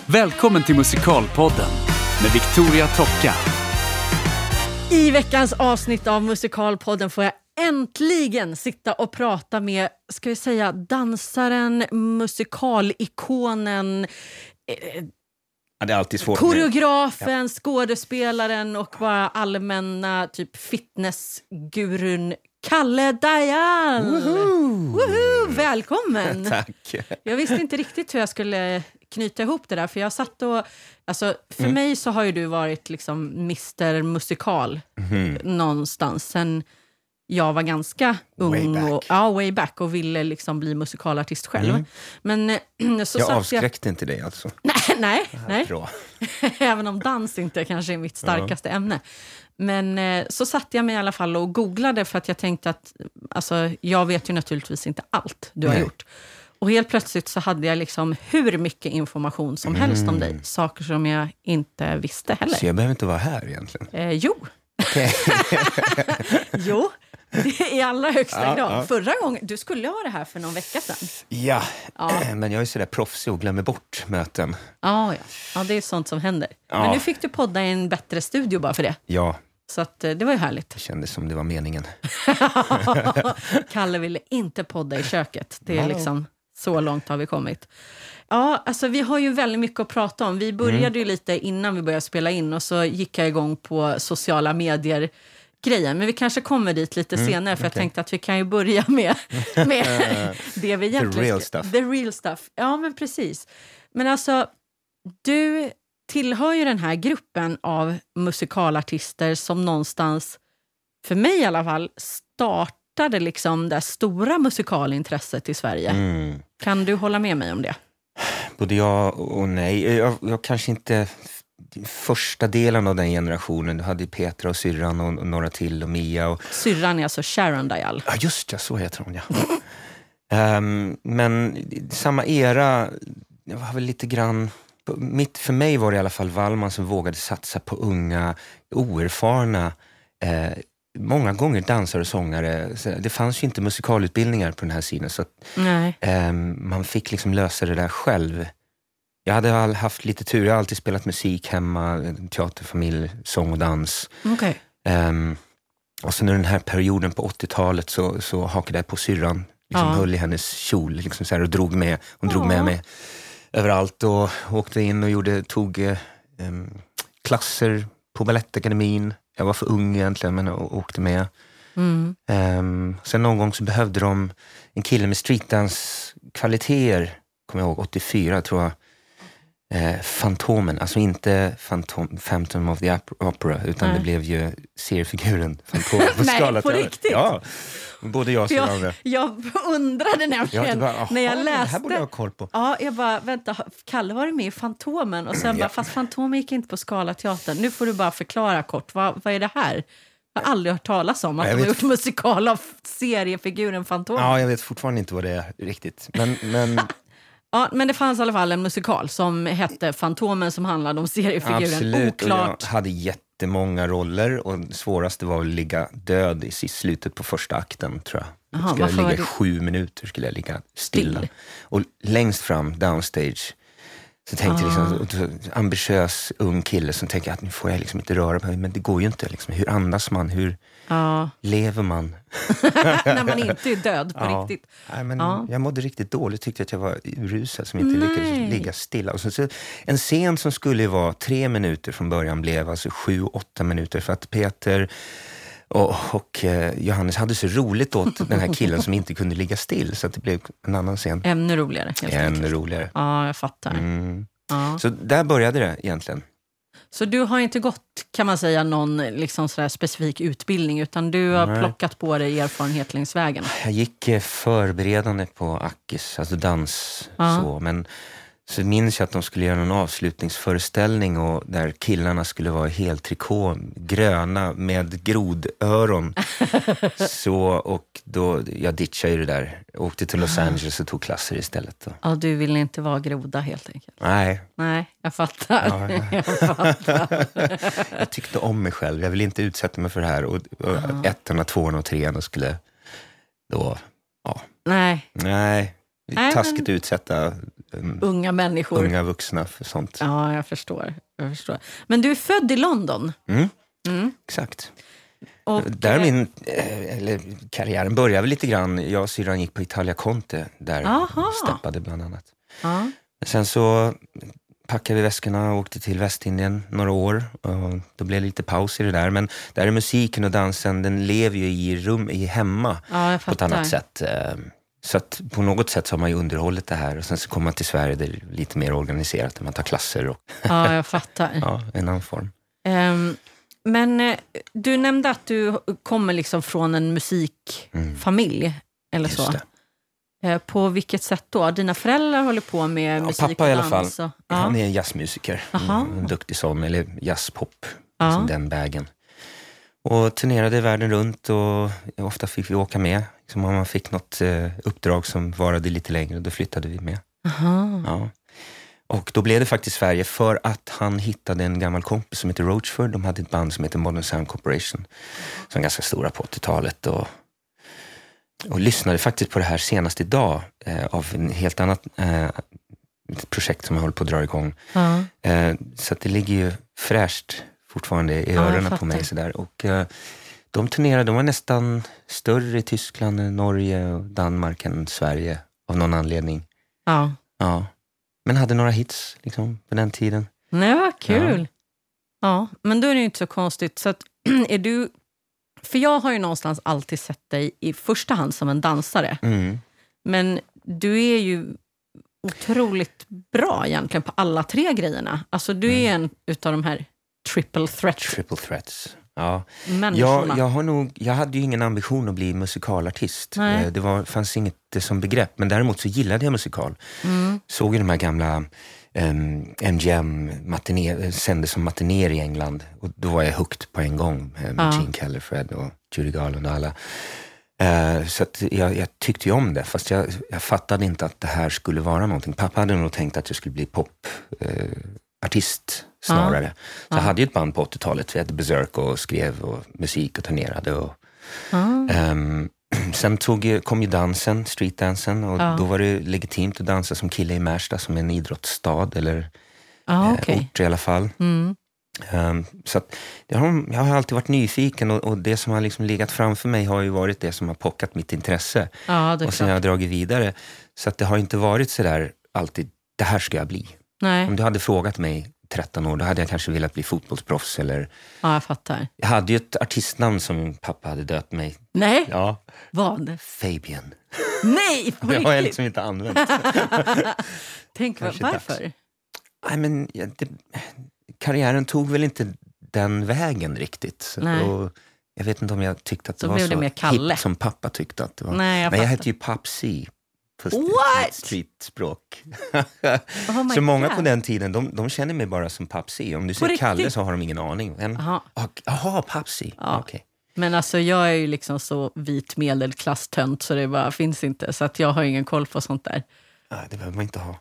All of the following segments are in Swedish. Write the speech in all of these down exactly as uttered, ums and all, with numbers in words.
Välkommen till Musikalpodden med Victoria Tocka. I veckans avsnitt av Musikalpodden får jag äntligen sitta och prata med, ska vi säga, dansaren, musikalikonen, eh, ja, det är alltid svårt koreografen, ja. skådespelaren och bara allmänna typ fitnessgurun Kalle Dayan. Woho! Woho! Välkommen! Tack. Jag visste inte riktigt hur jag skulle knyta ihop det där, för jag satt och, alltså för mm. mig så har ju du varit liksom mister Musikal mm. någonstans sen jag var ganska ung och ja, way back och ville liksom bli musikalartist själv. Mm. Men så jag satt avskräckte jag... inte dig alltså. Nej, nej, nej. Bra. Även om dans inte kanske är mitt starkaste ja. ämne. Men så satt jag mig i alla fall och googlade, för att jag tänkte att alltså, jag vet ju naturligtvis inte allt du har nej. gjort. Och helt plötsligt så hade jag liksom hur mycket information som mm. helst om dig. Saker som jag inte visste heller. Så jag behöver inte vara här egentligen? Eh, jo. Okay. Jo, i allra högsta ja, grad. Ja. Förra gången, du skulle ha det här för någon vecka sedan. Ja, ja. men jag är sådär proffsig och glömmer bort möten. Ja, ja. ja, det är sånt som händer. Ja. Men nu fick du podda i en bättre studio bara för det. Ja. Så att, det var ju härligt. Det kändes som det var meningen. Kalle ville inte podda i köket. Det är ja. liksom... Så långt har vi kommit. Ja, alltså vi har ju väldigt mycket att prata om. Vi började mm. ju lite innan vi började spela in och så gick jag igång på sociala medier grejen. Men vi kanske kommer dit lite mm, senare, för okay. jag tänkte att vi kan ju börja med, med det vi egentligen... The real stuff. The real stuff. Ja, men precis. Men alltså, du tillhör ju den här gruppen av musikalartister som någonstans, för mig i alla fall, startar det liksom det stora musikalintresset i Sverige. Mm. Kan du hålla med mig om det? Både ja och nej. Jag, jag kanske inte första delen av den generationen. Du hade Petra och Syrran och, och några till och Mia. Och... Syrran är alltså Sharon Dial. Ja, just det. Så heter hon, ja. um, men samma era, det var väl lite grann... Mitt, för mig var det i alla fall Wallman som vågade satsa på unga, oerfarna... Eh, många gånger dansare och sångare. Det fanns ju inte musikalutbildningar på den här sidan, så att, eh, man fick liksom lösa det där själv. Jag hade all, haft lite tur. Jag har alltid spelat musik hemma, teaterfamilj, sång och dans. Okay. Eh, och så när den här perioden på åttiotalet så, så hakade jag på syrran. Liksom ja. höll i hennes kjol liksom så här, och drog med. Hon ja. drog med mig överallt och åkte in och gjorde, tog eh, klasser på Balettakademin. Jag var för ung egentligen, men jag åkte med. Mm. Um, sen någon gång så behövde de en kille med streetdance-kvaliteter, kommer jag ihåg, åttiofyra tror jag. Eh, Fantomen, alltså inte Phantom, Phantom of the Opera, utan Nej. det blev ju seriefiguren Fantomen på Skala. Nej, på riktigt? Ja, både jag och jag, jag undrade nämligen jag bara, när jag läste. Det här borde jag ha koll på. Ja, jag bara, vänta, Kalle var det med i Fantomen? Och sen ja. bara, fast Fantomen gick inte på Scalateatern. Nu får du bara förklara kort, vad, vad är det här? Jag har aldrig hört talas om att ja, de har gjort musikal av seriefiguren Fantomen. Ja, jag vet fortfarande inte vad det är riktigt. Men... men... Ja, men det fanns i alla fall en musikal som hette Fantomen, som handlade om seriefiguren. Absolut, Oklart. Och jag hade jättemånga roller, och det svåraste var att ligga död i slutet på första akten, tror jag. Aha, skulle jag ligga det? sju minuter skulle jag ligga stilla. Still. Och längst fram, downstage, så tänkte ah. jag liksom, ambitiös ung kille som tänker att nu får jag liksom inte röra mig, men det går ju inte liksom. Hur andas man? Hur ah. lever man? När man inte är död på ja. riktigt. Nej, men ah. jag mådde riktigt dåligt, tyckte att jag var urusad som inte Nej. lyckades ligga stilla. Och så, så, en scen som skulle vara tre minuter från början blev alltså sju, åtta minuter, för att Peter och, och eh, Johannes hade så roligt åt den här killen som inte kunde ligga still, så att det blev en annan scen. Ännu roligare. Ännu roligare. Ja, jag fattar. Mm. Ja. Så där började det egentligen. Så du har inte gått, kan man säga, någon liksom sådär specifik utbildning, utan du har Nej. plockat på dig erfarenhet längs vägen? Jag gick förberedande på Akis, alltså dans, ja. så, men så minns jag att de skulle göra någon avslutningsföreställning, och där killarna skulle vara helt trikå, gröna med grodöron. Så, och då, jag ditchade ju det där. Åkte till Los Angeles och tog klasser istället. Då. Ja, du ville inte vara groda helt enkelt. Nej. Nej, jag fattar. Ja. jag fattar. Jag tyckte om mig själv. Jag ville inte utsätta mig för det här. Och, och uh-huh. ettorna, tvåorna och treorna skulle då, ja. Nej. Nej. Nej, taskigt men... utsätta um, unga människor. Unga vuxna för sånt. Ja, jag förstår. Jag förstår. Men du är född i London. Mm. Mm. Exakt. Och, där min eller, karriären började väl lite grann. Jag och syrran gick på Italia Conte. Där aha. steppade bland annat. Ja. Sen så packade vi väskorna och åkte till Västindien några år. Och då blev det lite paus i det där. Men där är musiken och dansen, den lever ju i rum, i hemma Ja, på ett annat sätt. Så att på något sätt så har man ju underhållit det här. Och sen så kommer man till Sverige där det är lite mer organiserat. Där man tar klasser och ja, jag fattar. ja, en annan form. Um, men eh, du nämnde att du kommer liksom från en musikfamilj. Mm. Eller Just så. Det. Eh, på vilket sätt då? Dina föräldrar håller på med ja, musik pappa och i alla fall. och, ja. Han är en jazzmusiker. En duktig sång, eller jazzpop. Ja. Liksom den vägen. Och turnerade världen runt och ofta fick vi åka med. Liksom om man fick något eh, uppdrag som varade lite längre, då flyttade vi med. Aha. Ja. Och då blev det faktiskt Sverige för att han hittade en gammal kompis som heter Roachford. De hade ett band som heter Modern Sound Corporation. Som är ganska stora på åttiotalet. Och, och lyssnade faktiskt på det här senast idag eh, av en helt annat eh, projekt som jag håller på att dra igång. Ja. Eh, så att det ligger ju fräscht fortfarande i ja, öronen på mig. Sådär. Och eh, de turnerade, de var nästan större i Tyskland, Norge och Danmark än Sverige av någon anledning. Ja. Ja. Men hade några hits liksom på den tiden. Nej, vad kul. Ja. ja, men då är det ju inte så konstigt. Så att, är du... För jag har ju någonstans alltid sett dig i första hand som en dansare. Mm. Men du är ju otroligt bra egentligen på alla tre grejerna. Alltså du är mm. en utav de här triple threats. Triple threats. Ja. Människorna. Jag, jag, har nog, jag hade ju ingen ambition att bli musikalartist. Nej. Det var, fanns inget som begrepp. Men däremot så gillade jag musikal. Mm. Såg ju de här gamla um, M G M sändes som matinéer i England. Och då var jag hooked på en gång med ja. Gene Keller, Fred och Judy Garland och alla. Uh, så att jag, jag tyckte ju om det. Fast jag, jag fattade inte att det här skulle vara någonting. Pappa hade nog tänkt att jag skulle bli popartist. Uh, snarare. Ja. Så ja. jag hade ju ett band på åttiotalet. Vi hade Berserk och skrev och musik och turnerade. Och, ja. um, sen tog, kom ju dansen, streetdansen. Och ja. då var det legitimt att dansa som kille i Märsta, som en idrottsstad. Eller ja, eh, okay. ort i alla fall. Mm. Um, så att, jag, har, jag har alltid varit nyfiken. Och, och det som har liksom legat framför mig har ju varit det som har pockat mitt intresse. Ja, det är och sen klart. jag har dragit vidare. Så att det har inte varit så där alltid, det här ska jag bli. Nej. Om du hade frågat mig tretton år, då hade jag kanske velat bli fotbollsproffs. Eller... Ja, jag fattar. Jag hade ju ett artistnamn som min pappa hade döpt mig. Nej, ja. vad? Fabian. Nej, på det har jag riktigt? liksom inte använt. Tänk, Kanske varför? dags. Nej, men ja, det, karriären tog väl inte den vägen riktigt. Nej. Och jag vet inte om jag tyckte att det så var blev så det mer Kalle. hip som pappa tyckte att det var. Nej, jag men jag fattar. hette ju Papsi. På What? streetspråk. Oh my så många God. på den tiden, de, de känner mig bara som Papsi. Om du På säger riktigt? Kalle så har de ingen aning. Men, Aha. Jaha, Papsi. Ja. Okay. Men alltså jag är ju liksom så vit medelklasstönt så det bara finns inte. Så att jag har ingen koll på sånt där. Nej, det behöver man inte ha.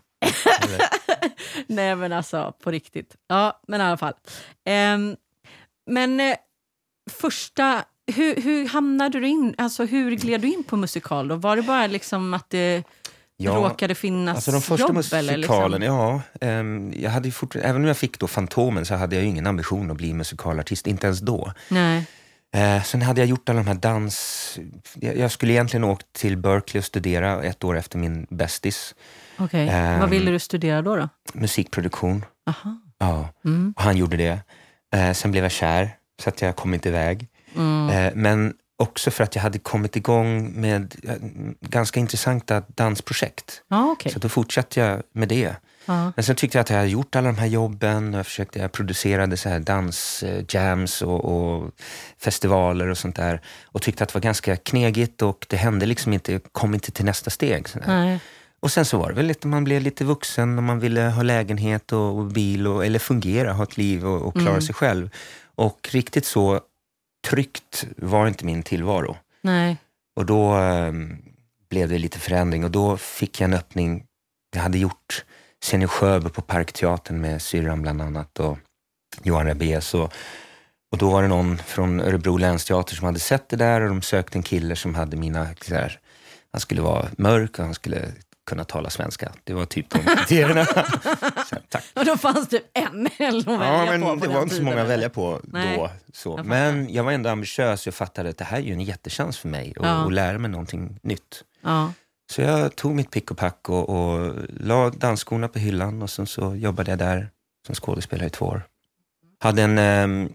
Nej, men alltså på riktigt. Ja, men i alla fall. Um, men eh, första... Hur, hur hamnade du in? Alltså hur gled du in på musikal då? Var det bara liksom att det ja, råkade finnas alltså de första jobb? musikalen, eller liksom? ja. Um, jag hade ju fort, även om jag fick då Fantomen så hade jag ju ingen ambition att bli musikalartist. Inte ens då. Nej. Uh, sen hade jag gjort alla de här dans... Jag, jag skulle egentligen åkt till Berkeley och studera ett år efter min bästis. Okej. Okay. Um, Vad ville du studera då? då? Musikproduktion. Aha. Ja, mm. och han gjorde det. Uh, sen blev jag kär så att jag kom inte iväg. Mm. Uh, men också för att jag hade kommit igång med uh, ganska intressanta dansprojekt. Ah, okay. Så då fortsatte jag med det. Ah. Men sen tyckte jag att jag hade gjort alla de här jobben. Och jag försökte, jag producerade så här dansjams och, och festivaler och sånt där. Och tyckte att det var ganska knegigt och det hände liksom inte, kom inte till nästa steg. Så Nej. Och sen så var det väl lite, man blev lite vuxen och man ville ha lägenhet och, och bil och, eller fungera, ha ett liv och, och klara mm. sig själv. Och riktigt så tryggt var inte min tillvaro. Nej. Och då um, blev det lite förändring och då fick jag en öppning. Jag hade gjort Senior Sjöberg på Parkteatern med syrran bland annat och Johan Rebes och, och då var det någon från Örebro länsteater som hade sett det där och de sökte en kille som hade mina så här, han skulle vara mörk och han skulle kunna tala svenska. Det var typ de kriterierna. Så, tack. Och då fanns det en eller att välja ja, men på. på det var inte så många att välja på Nej, då. Så. jag men jag var ändå ambitiös. Jag fattade att det här är ju en jättechans för mig. Och, ja. och lära mig någonting nytt. Ja. Så jag tog mitt pick och pack och, och la dansskorna på hyllan. Och sen så jobbade jag där som skådespelare i två år. Hade en ähm,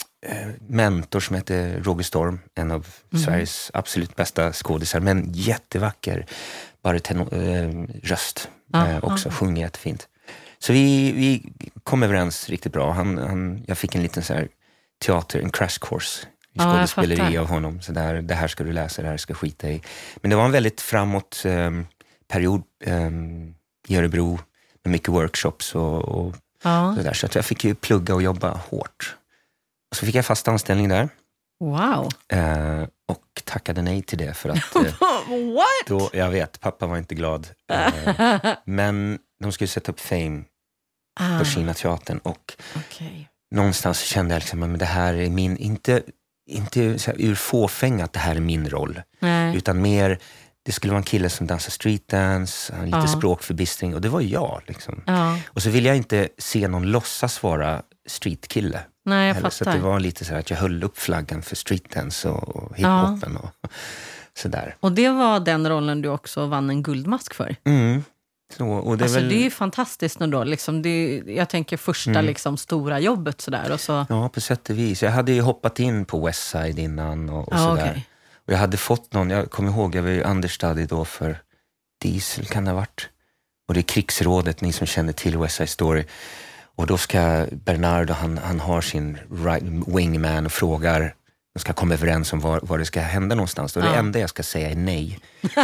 mentor som heter Roger Storm. En av mm. Sveriges absolut bästa skådisar. Men jättevacker bariton, äh, röst. Ja, äh, också ja. sjunger jättefint. Så vi, vi kom överens riktigt bra. Han, han, jag fick en liten så här teater, en crash course i ja, skådespeleri av honom. Så där, det här ska du läsa, det här ska skita i. Men det var en väldigt framåt um, period um, i Örebro med mycket workshops och, och ja. så där. Så att jag fick ju plugga och jobba hårt. Och så fick jag fast anställning där. Wow. Uh, och tackade nej till det för att... Uh, What? Då, jag vet, pappa var inte glad. Uh, men de skulle sätta upp Fame ah. på Kina teatern och okay. någonstans kände jag liksom att det här är min, inte, inte så här, ur fåfänga att det här är min roll. Nej. Utan mer, det skulle vara en kille som dansar streetdance, lite ja. språkförbistring och det var jag liksom. Ja. Och så ville jag inte se någon låtsas vara streetkille. Nej, jag Eller, fattar. så att det var lite så här att jag höll upp flaggan för streetdance och, och hiphopen ja. och sådär. Och det var den rollen du också vann en guldmask för? Mm. Så, och det, är alltså, väl... det är ju fantastiskt nu då. Liksom, det är, jag tänker första mm. liksom, stora jobbet sådär. Och så... Ja, på sätt och vis. Jag hade ju hoppat in på Westside innan och, och ja, sådär. Okay. Och jag hade fått någon, jag kommer ihåg, jag var ju understudy då för Diesel kan det ha varit. Och det är krigsrådet, ni som känner till West Side Story. Och då ska Bernardo, han, han har sin right, wingman och frågar, de ska komma överens om var, var det ska hända någonstans. Och ja. Det enda jag ska säga är nej.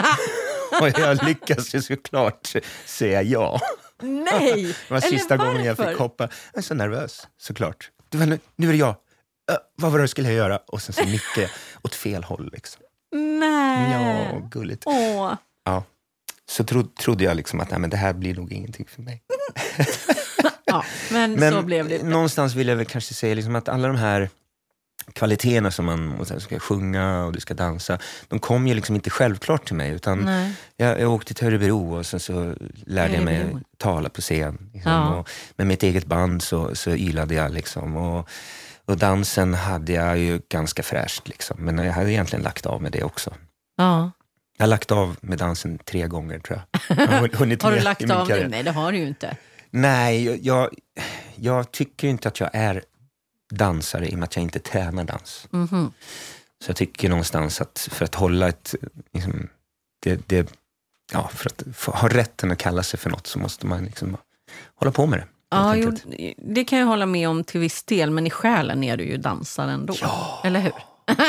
Och jag lyckas ju såklart säga ja. Nej! Det var sista gången jag fick hoppa. Jag är så nervös, såklart. Du, nu, nu är det jag. Uh, vad var det skulle jag göra? Och sen så nickade jag åt fel håll liksom. Nej. Ja, gulligt. Åh. Ja. Så tro, trodde jag liksom att nej, men det här blir nog ingenting för mig. Ja, men, men så blev det. Någonstans vill jag väl kanske säga liksom att alla de här kvaliteterna som man ska sjunga och du ska dansa, de kom ju liksom inte självklart till mig utan jag, jag åkte till Örebro och sen så lärde jag mig tala på scen liksom, ja. Och med mitt eget band så, så ylade jag liksom och, och dansen hade jag ju ganska fräscht liksom, men jag hade egentligen lagt av med det också. Ja. Jag har lagt av med dansen tre gånger tror jag. jag har, har du lagt av det? Nej, det har du ju inte. Nej, jag, jag, jag tycker inte att jag är dansare i och med att jag inte tränar dans. Mm-hmm. Så jag tycker någonstans att för att hålla ett liksom, det, det, ja, för att få, ha rätten att kalla sig för något så måste man liksom hålla på med det. Ja, jo, det kan jag hålla med om till viss del, men i själen är du ju dansare ändå. Ja. Eller hur?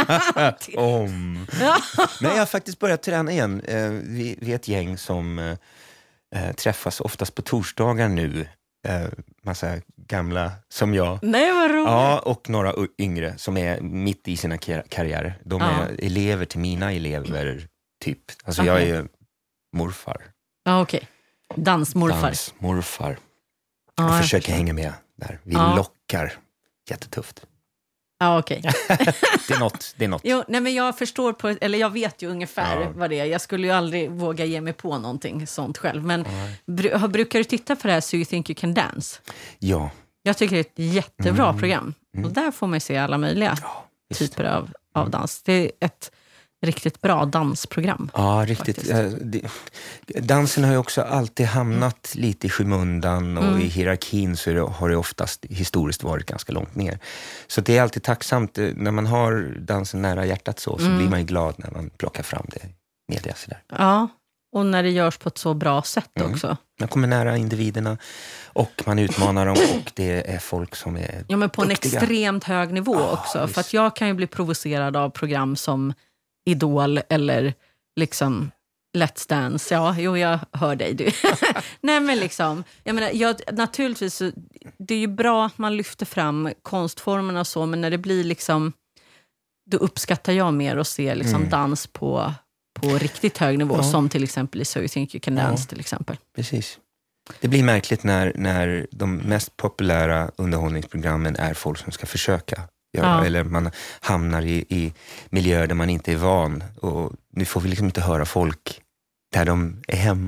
om. Men jag har faktiskt börjat träna igen. Vi, vi är ett gäng som äh, träffas oftast på torsdagar nu. Äh, massa gamla som jag. Nej, vad roligt. Ja, och några yngre som är mitt i sina kar- karriärer. De är ja. elever till mina elever, typ. Alltså okay. jag är ju morfar. Ja, okej. Okay. Dansmorfar. Dansmorfar. Ja, jag jag försöker förstår. hänga med där. Vi ja. lockar. Jättetufft. Ja, okej. Okay. det är något, det är något. Jo, nej, men jag förstår på, eller jag vet ju ungefär ja. vad det är. Jag skulle ju aldrig våga ge mig på någonting sånt själv. Men br- brukar du titta på det här So You Think You Can Dance? Ja. Jag tycker det är ett jättebra mm. program. Mm. Och där får man se alla möjliga ja, typer av, av dans. Det är ett riktigt bra dansprogram. Ja, riktigt. Äh, det, dansen har ju också alltid hamnat mm. lite i skymundan och mm. i hierarkin så det, har det oftast historiskt varit ganska långt ner. Så det är alltid tacksamt när man har dansen nära hjärtat så, så mm. blir man ju glad när man plockar fram det i media. Så där. Ja, och när det görs på ett så bra sätt mm. också. Man kommer nära individerna och man utmanar dem och det är folk som är Ja, men på duktiga. En extremt hög nivå oh, också. Visst. För att jag kan ju bli provocerad av program som Idol eller liksom Let's Dance. Ja, jo, jag hör dig du. Nej, men liksom, jag menar, jag, naturligtvis, det är ju bra att man lyfter fram konstformerna och så, men när det blir liksom, då uppskattar jag mer att se liksom mm. dans på, på riktigt hög nivå, ja. Som till exempel i So You Think You Can Dance ja. Till exempel. Precis. Det blir märkligt när, när de mest populära underhållningsprogrammen är folk som ska försöka. Ja. Eller man hamnar i, i miljöer där man inte är van. Och nu får vi liksom inte höra folk där de är hemma.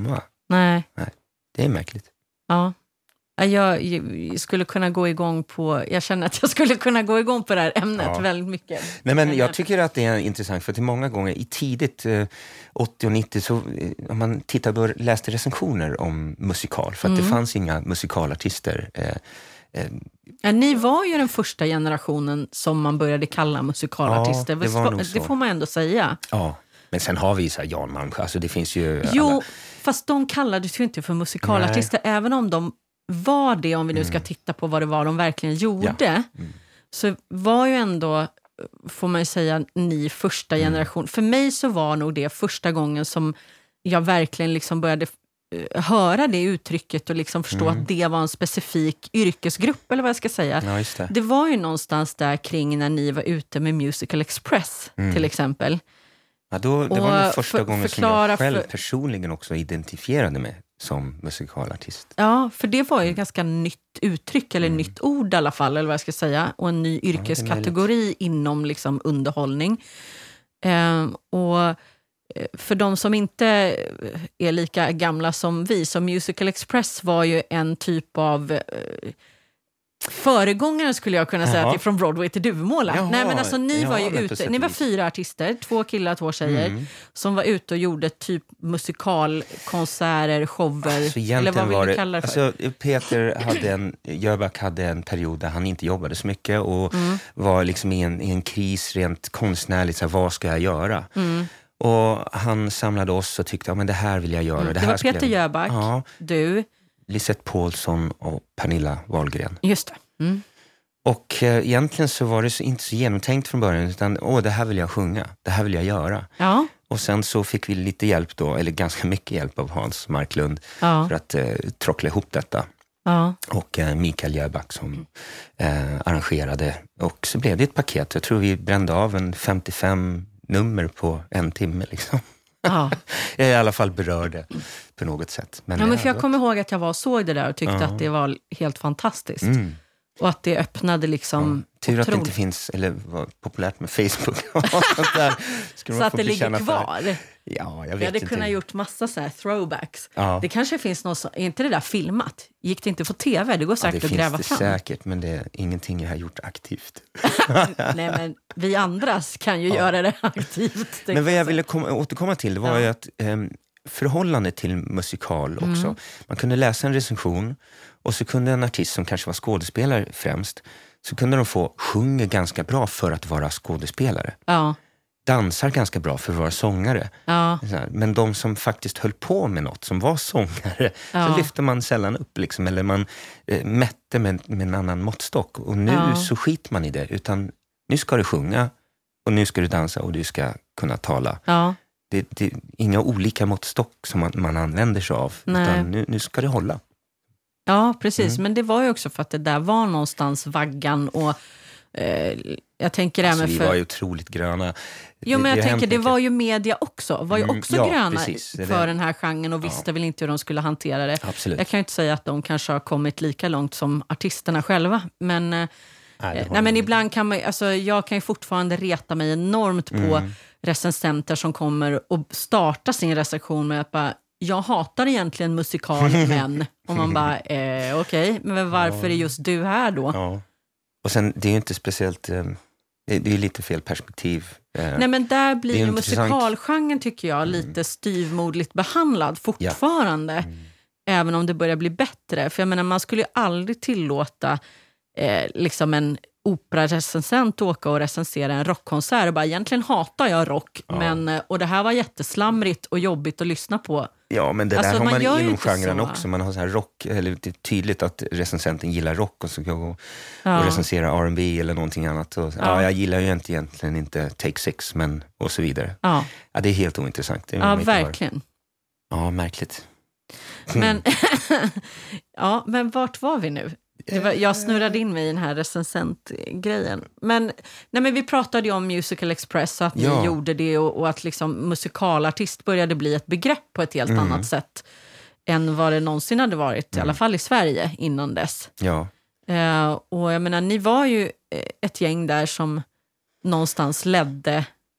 Nej. Nej, det är märkligt. Ja. Jag, jag skulle kunna gå igång på, jag känner att jag skulle kunna gå igång på det här ämnet ja. väldigt mycket. Nej, men jag tycker att det är intressant för att många gånger i tidigt eh, åttio och nittio så eh, om man tittar och läste recensioner om musikal för att mm. det fanns inga musikalartister. Eh, eh, ja, ni var ju den första generationen som man började kalla musikalartister. Ja, det, var nog så. Det får man ändå säga. Ja, men sen har vi så här Jan Malmsjö, alltså det finns ju Jo, alla... fast de kallades ju inte för musikalartister, Nej. även om de var det, om vi nu ska Mm. titta på vad det var de verkligen gjorde, ja. mm. så var ju ändå, får man ju säga, ni första Mm. generation. För mig så var nog det första gången som jag verkligen liksom började höra det uttrycket och liksom förstå mm. att det var en specifik yrkesgrupp, eller vad jag ska säga. Ja, just det. Det var ju någonstans där kring när ni var ute med Musical Express mm. till exempel. Ja, då, det var nog första för, gången som jag själv för, personligen också identifierade mig som musikalartist. Ja, för det var ju ett ganska nytt uttryck, eller mm. nytt ord i alla fall, eller vad jag ska säga, och en ny yrkeskategori ja, inom liksom underhållning. Ehm, och för de som inte är lika gamla som vi, så Musical Express var ju en typ av föregångare, skulle jag kunna säga, Jaha. till från Broadway till Duvemåla. Jaha. Nej, men alltså ni Jaha, var ju ute, ni var fyra artister, två killar, två tjejer, mm. som var ute och gjorde typ musikalkonserter, shower, alltså, eller vad vill var du det, kalla det för? Alltså, Peter hade en, Jöback hade en period där han inte jobbade så mycket och mm. var liksom i en, i en kris rent konstnärligt, så här, vad ska jag göra? Mm. Och han samlade oss och tyckte, ja men det här vill jag göra. Mm. Det, det här var Peter jag... Jöback, ja. du... Lisette Paulsson och Pernilla Wahlgren. Just det. Mm. Och eh, egentligen så var det så, inte så genomtänkt från början, utan åh, det här vill jag sjunga, det här vill jag göra. Ja. Och sen så fick vi lite hjälp då, eller ganska mycket hjälp av Hans Marklund ja. för att eh, trockla ihop detta. Ja. Och eh, Mikael Jöback som eh, arrangerade. Och så blev det ett paket, jag tror vi brände av en femtiofem nummer på en timme liksom. Ja. Jag är i alla fall berörde på något sätt. Men ja, men för jag kommer ihåg att jag var och såg det där och tyckte ja. att det var helt fantastiskt. Mm. Och att det öppnade liksom... Ja. Tur att det inte finns, eller var populärt med Facebook. Och sånt där. Så att det ligger kvar. För. Ja, jag vet vi hade inte. kunnat gjort massa så här throwbacks. Ja. Det kanske finns något, är inte det där filmat? Gick det inte på tv? Det går säkert ja, det att gräva finns fram. Det säkert, men det är ingenting jag har gjort aktivt. Nej, men vi andras kan ju ja. göra det aktivt. Men vad jag ville komma, återkomma till, det var ja. ju att eh, förhållandet till musikal också. Mm. Man kunde läsa en recension och så kunde en artist som kanske var skådespelare främst, så kunde de få sjunga ganska bra för att vara skådespelare. Ja. Dansar ganska bra för att vara sångare. Ja. Men de som faktiskt höll på med något, som var sångare, ja. så lyfte man sällan upp. Liksom, eller man eh, mätte med, med en annan måttstock. Och nu ja. så skiter man i det. Utan nu ska du sjunga och nu ska du dansa och du ska kunna tala. Ja. Det, det är inga olika måttstock som man, man använder sig av. Nej. Utan nu, nu ska det hålla. Ja, precis. Mm. Men det var ju också för att det där var någonstans vaggan och eh, jag tänker alltså, även vi för... var ju otroligt gröna. Jo, men jag det tänker, det mycket. var ju media också. Var ju också mm, ja, gröna precis, för det. den här genren och visste ja. väl inte hur de skulle hantera det. Absolut. Jag kan ju inte säga att de kanske har kommit lika långt som artisterna själva. Men, nej, eh, nej, men ibland kan man, alltså, jag kan ju fortfarande reta mig enormt på mm. recensenter som kommer och startar sin recension med att bara, jag hatar egentligen musikal, men och man bara, eh, okej, okay, men varför ja. är just du här då? Ja. Och sen, det är ju inte speciellt, eh, det är lite fel perspektiv. Eh, Nej, men där blir ju musikalgenren, tycker jag, lite mm. styvmodligt behandlad fortfarande. Ja. Mm. Även om det börjar bli bättre. För jag menar, man skulle ju aldrig tillåta eh, liksom en operarecensent åka och recensera en rockkonsert och bara, egentligen hatar jag rock, ja. men, och det här var jätteslamrigt och jobbigt att lyssna på. Ja, men det alltså, där har man, man inom genren så. också. Man har så här rock, eller det är tydligt att recensenten gillar rock och så går och, ja. och recensera R and B eller någonting annat. Och, ja. ja, jag gillar ju inte egentligen inte Take Six, men och så vidare. Ja, ja det är helt ointressant. Det är ja, verkligen. Ja, märkligt. Men, ja, men vart var vi nu? Det var, jag snurrade in mig i den här recensentgrejen. Men, nej, men vi pratade ju om Musical Express och att ni ja. gjorde det och, och att liksom musikalartist började bli ett begrepp på ett helt mm. annat sätt än vad det någonsin hade varit, mm. i alla fall i Sverige innan dess. Ja. Uh, och jag menar, ni var ju ett gäng där som någonstans ledde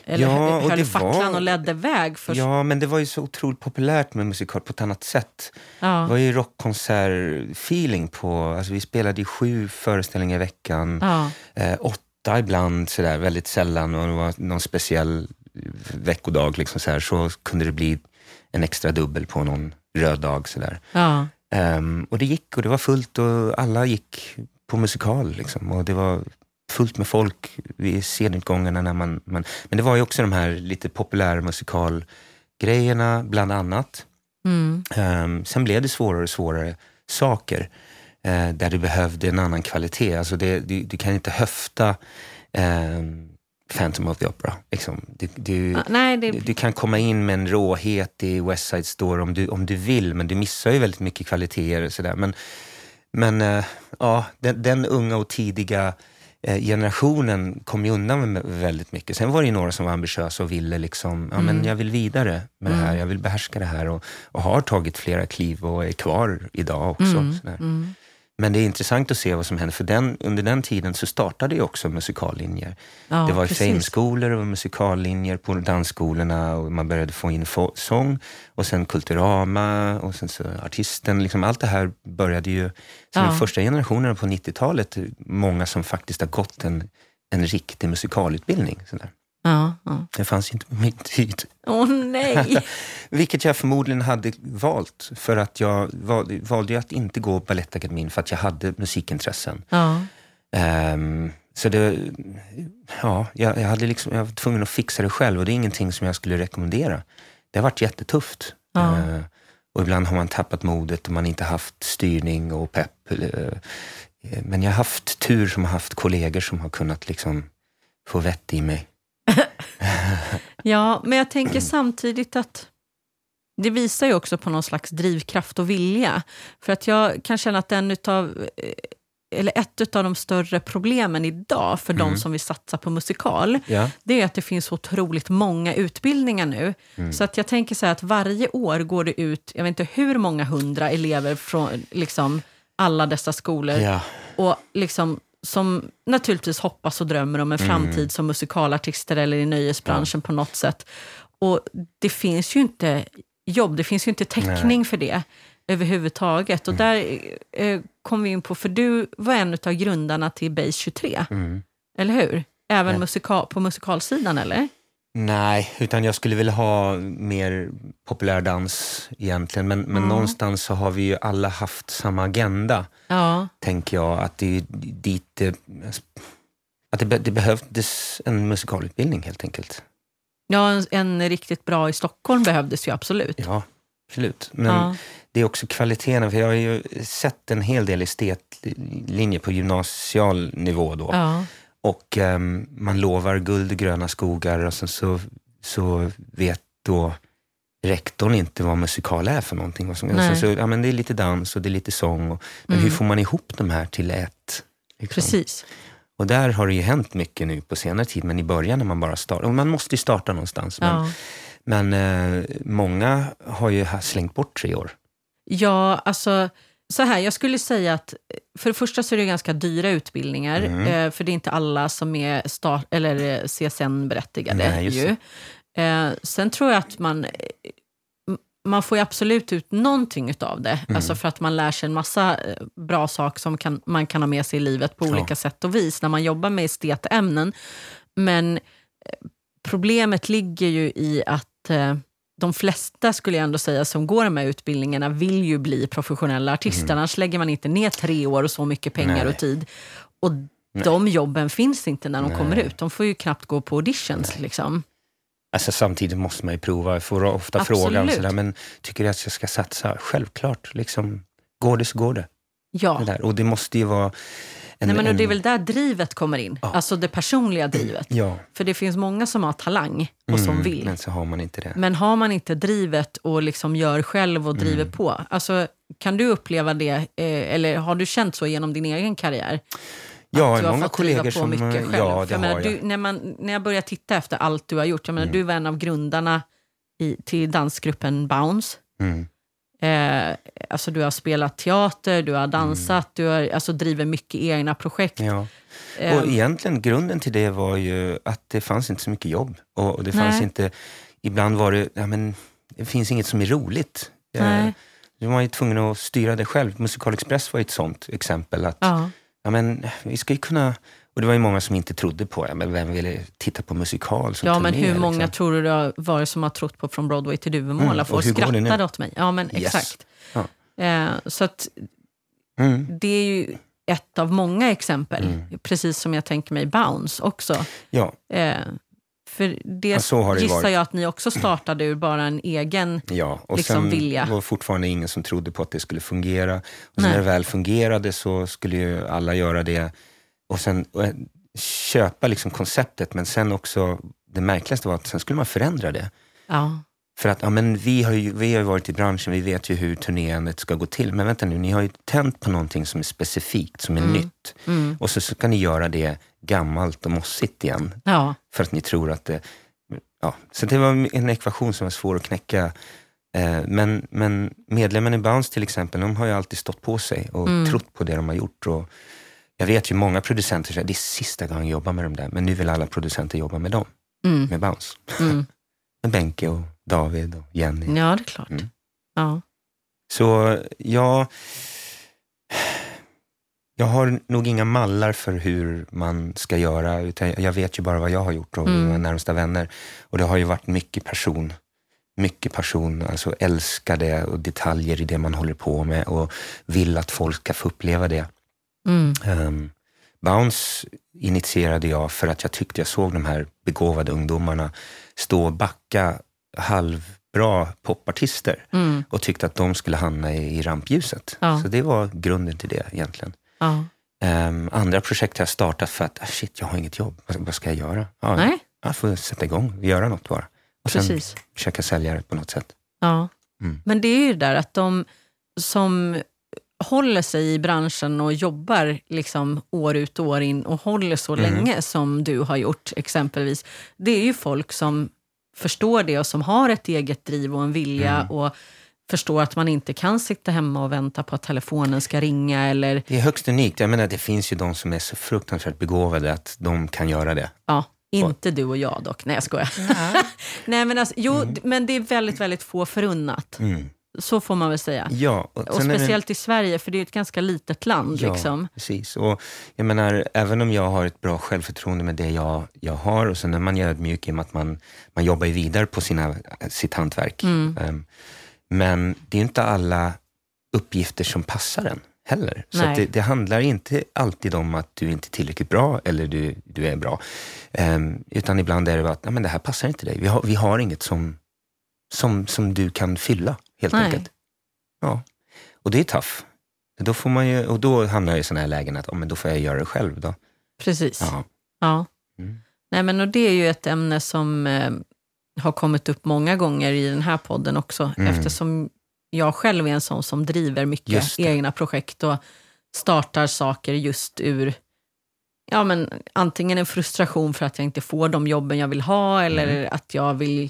eller ja, och höll det facklan var, och ledde väg. För... Ja, men det var ju så otroligt populärt med musikal på ett annat sätt. Ja. Det var ju rockkonsert-feeling på, alltså vi spelade i sju föreställningar i veckan, Ja. eh, åtta ibland sådär, väldigt sällan, och det var någon speciell veckodag liksom sådär, så kunde det bli en extra dubbel på någon röd dag sådär. Ja. Um, och det gick, och det var fullt, och alla gick på musikal liksom, och det var fullt med folk vid scenutgångarna när man, man men det var ju också de här lite populära musikalgrejerna bland annat. Mm. Um, sen blev det svårare och svårare saker uh, där du behövde en annan kvalitet. Alltså det, du, du kan inte höfta um, Phantom of the Opera. Liksom. Du, du, ah, nej, det... du, du kan komma in med en råhet i West Side Story om du, om du vill, men du missar ju väldigt mycket kvaliteter och sådär. Men, men uh, ja, den, den unga och tidiga uh, generationen kom ju undan med väldigt mycket. Sen var det ju några som var ambitiösa och ville liksom, ja mm. men jag vill vidare med mm. det här, jag vill behärska det här, och, och har tagit flera kliv och är kvar idag också. Mm. Sådär. Mm. Men det är intressant att se vad som händer, för den, under den tiden så startade ju också musikallinjer. Ja, det var precis. fameskolor och musikallinjer på dansskolorna, och man började få in få- sång, och sen Kulturama, och sen så artisten, liksom allt det här började ju, så Ja. den första generationen på nittiotalet, många som faktiskt har gått en, en riktig musikalutbildning. Sådär. Ja, ja. Det fanns inte på min tid. Åh oh, nej! Vilket jag förmodligen hade valt, för att jag val, valde ju att inte gå Balettakademin för att jag hade musikintressen. Ja. Um, så det, ja, jag, jag, hade liksom, jag var tvungen att fixa det själv, och det är ingenting som jag skulle rekommendera. Det har varit jättetufft. Ja. Uh, och ibland har man tappat modet och man inte haft styrning och pepp. Uh, men jag har haft tur som har haft kollegor som har kunnat liksom få vett i mig. Ja, men jag tänker samtidigt att det visar ju också på någon slags drivkraft och vilja. För att jag kan känna att en utav, eller ett av de större problemen idag för mm. de som vill satsa på musikal, Ja. det är att det finns så otroligt många utbildningar nu. Mm. Så att jag tänker så här att varje år går det ut, jag vet inte hur många hundra elever från liksom alla dessa skolor. Ja. Och liksom som naturligtvis hoppas och drömmer om en mm. framtid som musikalartister eller i nöjesbranschen ja. på något sätt. Och det finns ju inte jobb, det finns ju inte täckning Nej. för det överhuvudtaget. Och mm. där eh, kom vi in på, för du var en av grundarna till Base tjugotre. Mm. Eller hur? Även ja. musika- på musikalsidan, eller? Nej, utan jag skulle vilja ha mer populär-dans egentligen. Men, men mm. någonstans så har vi ju alla haft samma agenda. Ja. Tänker jag, att det är dit att det, det behövdes en musikalutbildning helt enkelt. Ja, en, en riktigt bra i Stockholm behövdes ju absolut. Ja, absolut. Men ja. det är också kvaliteten, för jag har ju sett en hel del estetlinjer på gymnasial nivå då. Ja. Och um, man lovar guld och gröna skogar, och sen så, så vet då rektorn inte vad musikal är för någonting. Och så, så, ja, men det är lite dans och det är lite sång. Och, men mm. hur får man ihop de här till ett? Liksom? Precis. Och där har det ju hänt mycket nu på senare tid, men i början när man bara startar. Och man måste ju starta någonstans. Men, ja. men eh, många har ju slängt bort tre år. Ja, alltså så här, jag skulle säga att för det första så är det ganska dyra utbildningar. Mm. Eh, för det är inte alla som är start, eller C S N-berättigade. Nej, just ju. Eh, sen tror jag att man... Man får ju absolut ut någonting utav det. Mm. Alltså för att man lär sig en massa bra saker som kan, man kan ha med sig i livet på ja. olika sätt och vis när man jobbar med estetämnen. Men problemet ligger ju i att eh, de flesta, skulle jag ändå säga, som går de här utbildningarna vill ju bli professionella artister. Mm. Annars lägger man inte ner tre år och så mycket pengar Nej. och tid. Och Nej. de jobben finns inte när de Nej. kommer ut. De får ju knappt gå på auditions Nej. liksom. Alltså samtidigt måste man ju prova. Jag får ofta Absolut. frågan sådär, men tycker du att jag ska satsa? Självklart, liksom, går det så går det. Ja. Det där. Och det måste ju vara... En, Nej, men en... det är väl där drivet kommer in. Ja. Alltså det personliga drivet. Ja. För det finns många som har talang och mm, som vill. Men så har man inte det. Men har man inte drivet och liksom gör själv och driver mm. på. Alltså kan du uppleva det, eh, eller har du känt så genom din egen karriär? Ja, du har många kollegor som... Mycket själv. Ja, det jag menar, du, när, man, när jag börjar titta efter allt du har gjort, jag menar, mm. du var en av grundarna i, till dansgruppen Bounce. Mm. Eh, alltså du har spelat teater, du har dansat, mm. du har, alltså, driver mycket egna projekt. Ja. Och um, egentligen grunden till det var ju att det fanns inte så mycket jobb. Och, och det fanns nej. inte, ibland var det, ja men det finns inget som är roligt. Nej. Du var ju tvungen att styra det själv. Musikal Express var ett sånt exempel. Att, ja. ja men vi ska ju kunna, och det var ju många som inte trodde på det. Men vem ville titta på musikal som ja, turné, men hur många liksom? Tror du det har varit som har trott på Från Broadway till Duvemåla? Mm, folk skrattade åt mig. Ja, men yes. exakt. Ja. Eh, så att mm. det är ju ett av många exempel. Mm. Precis som jag tänker mig Bounce också. Ja. Eh, för det, ja, så har det gissar varit. jag att ni också startade ur bara en egen ja, och liksom, sen vilja. var fortfarande ingen som trodde på att det skulle fungera. Och sen när det väl fungerade så skulle ju alla göra det. Och sen och, köpa liksom konceptet, men sen också det märkligaste var att sen skulle man förändra det. Ja. För att ja, men vi, har ju, vi har ju varit i branschen, vi vet ju hur turnéandet ska gå till. Men vänta nu, ni har ju tänt på någonting som är specifikt, som är mm. nytt. Mm. Och så ska ni göra det gammalt och mossigt igen. Ja. För att ni tror att det... Ja. Så det var en ekvation som var svår att knäcka. Eh, men, men medlemmarna i Bounce till exempel, de har ju alltid stått på sig och mm. trott på det de har gjort. Och jag vet ju många producenter säger, det är sista gången jag jobbar med dem där. Men nu vill alla producenter jobba med dem. Mm. Med Bounce. Mm. Med Benke och David och Jenny. Ja, det är klart. Mm. Ja. Så jag... Jag har nog inga mallar för hur man ska göra. Utan jag vet ju bara vad jag har gjort och mm. mina närmsta vänner. Och det har ju varit mycket person. Mycket passion. Alltså älskar det och detaljer i det man håller på med. Och vill att folk ska få uppleva det. Mm. Um, Bounce initierade jag för att jag tyckte jag såg de här begåvade ungdomarna stå och backa halvbra popartister mm. och tyckte att de skulle hamna i, i rampljuset. Ja. Så det var grunden till det egentligen. Ja. Um, andra projekt har jag startat för att ah, shit, jag har inget jobb. Vad, vad ska jag göra? Ja, Nej. Jag får sätta igång, göra något bara. Och Precis. sen försöka sälja det på något sätt. Ja. Mm. Men det är ju där att de som håller sig i branschen och jobbar liksom år ut och år in och håller så mm. länge som du har gjort exempelvis. Det är ju folk som förstår det och som har ett eget driv och en vilja mm. och förstår att man inte kan sitta hemma och vänta på att telefonen ska ringa. Eller... Det är högst unikt. Jag menar, det finns ju de som är så fruktansvärt begåvade att de kan göra det. Ja, inte du och jag dock. Nej, jag skojar. Ja. Nej, men alltså, jo, mm. men det är väldigt, väldigt få förunnat. Mm. Så får man väl säga. Ja, och och speciellt det... i Sverige, för det är ett ganska litet land. Ja, liksom. precis. Och jag menar, även om jag har ett bra självförtroende med det jag, jag har, och sen när man gör ödmjuk i att man, man jobbar ju vidare på sina, sitt hantverk. Mm. Um, men det är inte alla uppgifter som passar en heller. Så att det, det handlar inte alltid om att du inte är tillräckligt bra eller du, du är bra. Um, utan ibland är det att, nej, men det här passar inte dig. Vi har, vi har inget som, som, som du kan fylla. Helt Nej. enkelt. Ja. Och det är tough. Då får man ju, och då hamnar jag i sådana här lägen att oh, men då får jag göra det själv då. Precis. Ja. Ja. Mm. Nej, men och det är ju ett ämne som eh, har kommit upp många gånger i den här podden också. Mm. Eftersom jag själv är en sån som driver mycket egna projekt och startar saker just ur ja, men antingen en frustration för att jag inte får de jobben jag vill ha eller mm. att jag vill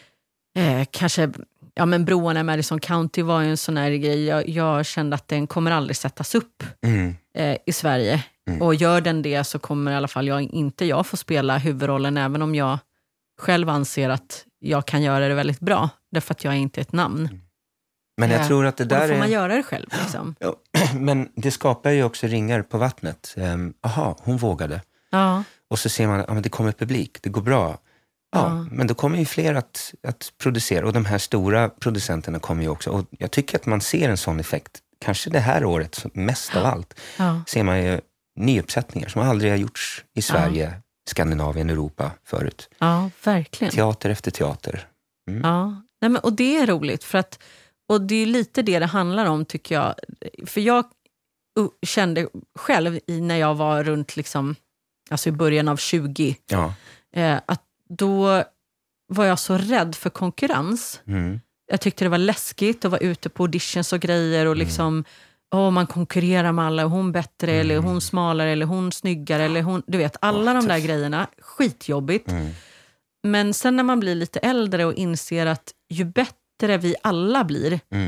eh, kanske... Ja, men broarna i Madison County var ju en sån här grej. Jag, jag kände att den kommer aldrig sättas upp mm. eh, i Sverige. Mm. Och gör den det så kommer i alla fall jag, inte jag få spela huvudrollen, även om jag själv anser att jag kan göra det väldigt bra. Därför att jag är inte ett namn. Mm. Men jag eh, tror att det där och då får är... man göra det själv. Liksom. Ja, men det skapar ju också ringar på vattnet. Um, aha, hon vågade. Ja. Och så ser man att ah, det kommer publik, det går bra. Ja, ja, men då kommer ju fler att, att producera. Och de här stora producenterna kommer ju också. Och jag tycker att man ser en sån effekt. Kanske det här året, mest av allt. Ja. Ser man ju nyuppsättningar som aldrig har gjorts i Sverige, ja. Skandinavien, Europa förut. Ja, verkligen. Teater efter teater. Mm. Ja, nej, men, och det är roligt. För att, och det är lite det det handlar om, tycker jag. För jag uh, kände själv i, när jag var runt liksom, alltså i början av tjugo. Ja. Eh, att då var jag så rädd för konkurrens. Mm. Jag tyckte det var läskigt att vara ute på auditions och grejer och liksom, mm. åh, man konkurrerar med alla, hon bättre mm. eller hon smalare eller hon snyggare eller hon, du vet, alla oh, de där grejerna, skitjobbigt. Mm. Men sen när man blir lite äldre och inser att ju bättre vi alla blir, mm.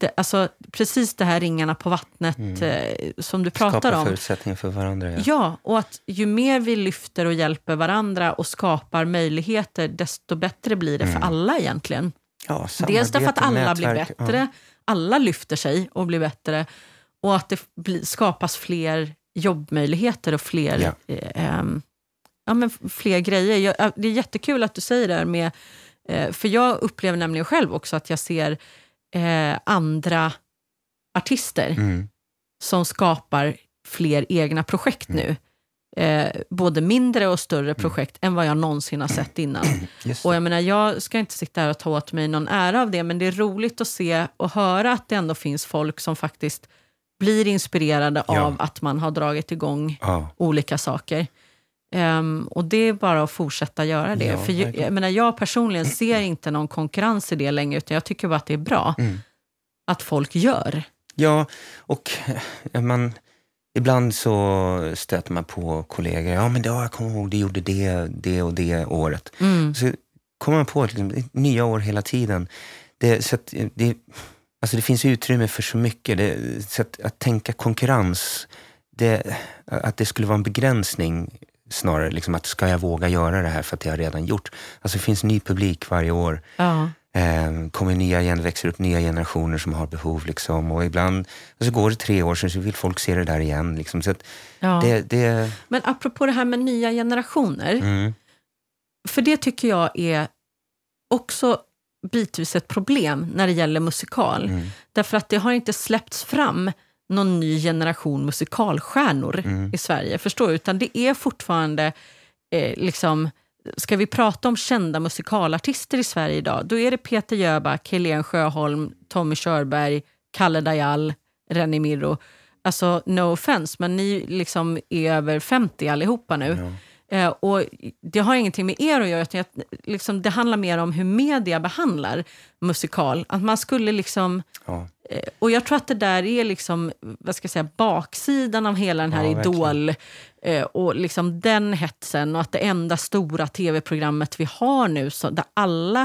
det, alltså, precis det här ringarna på vattnet mm. eh, som du pratar skapa om. Förutsättningar för varandra. Ja. ja, och att ju mer vi lyfter och hjälper varandra och skapar möjligheter, desto bättre blir det mm. för alla egentligen. Ja, dels därför att alla nätverk, blir bättre, ja. alla lyfter sig och blir bättre, och att det blir, skapas fler jobbmöjligheter och fler, ja. Eh, ja, men fler grejer. Jag, det är jättekul att du säger det här med, eh, för jag upplever nämligen själv också att jag ser eh, andra artister mm. som skapar fler egna projekt mm. nu. Eh, både mindre och större projekt mm. än vad jag någonsin har sett innan. Och jag menar, jag ska inte sitta här och ta åt mig någon ära av det, men det är roligt att se och höra att det ändå finns folk som faktiskt blir inspirerade ja. av att man har dragit igång ja. olika saker. Um, och det är bara att fortsätta göra det. Ja, för jag, jag menar, jag personligen ser inte någon konkurrens i det längre, utan jag tycker bara att det är bra mm. att folk gör. Ja, och man, ibland så stöter man på kollegor. Ja, men då, jag kommer ihåg, det gjorde det, det och det året. Mm. Så kommer man på att liksom, nya år hela tiden. Det, så att det, alltså det finns utrymme för så mycket. Det, så att, att tänka konkurrens, det, att det skulle vara en begränsning snarare, liksom att ska jag våga göra det här för att jag har redan gjort. Alltså det finns ny publik varje år. Ja. Eh, kommer nya, växer upp nya generationer som har behov liksom, och ibland, och så går det tre år sedan så vill folk se det där igen liksom. Så att ja. det, det... Men apropå det här med nya generationer, mm. för det tycker jag är också bitvis ett problem när det gäller musikal. Mm. Därför att det har inte släppts fram någon ny generation musikalstjärnor mm. i Sverige, förstår du? Utan det är fortfarande eh, liksom, ska vi prata om kända musikalartister i Sverige idag, då är det Peter Jöback, Helene Sjöholm, Tommy Körberg, Kalle Dajal, Renny Mirro. Alltså, no offense, men ni liksom är över femtio allihopa nu. Ja. Eh, och det har ingenting med er att göra, utan att, liksom, det handlar mer om hur media behandlar musikal. Att man skulle liksom... Ja. Eh, och jag tror att det där är liksom, vad ska jag säga, baksidan av hela den här ja, Idol eh, och liksom den hetsen, och att det enda stora tv-programmet vi har nu, så, där alla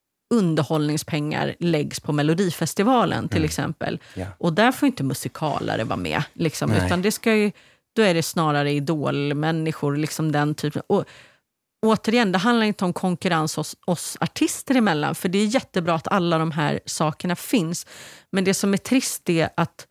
underhållningspengar läggs på Melodifestivalen till mm. exempel. Ja. Och där får inte musikalare vara med. Liksom, utan det ska ju... Då är det snarare idolmänniskor, liksom den typen. Och återigen, det handlar inte om konkurrens hos oss artister emellan, för det är jättebra att alla de här sakerna finns. Men det som är trist är att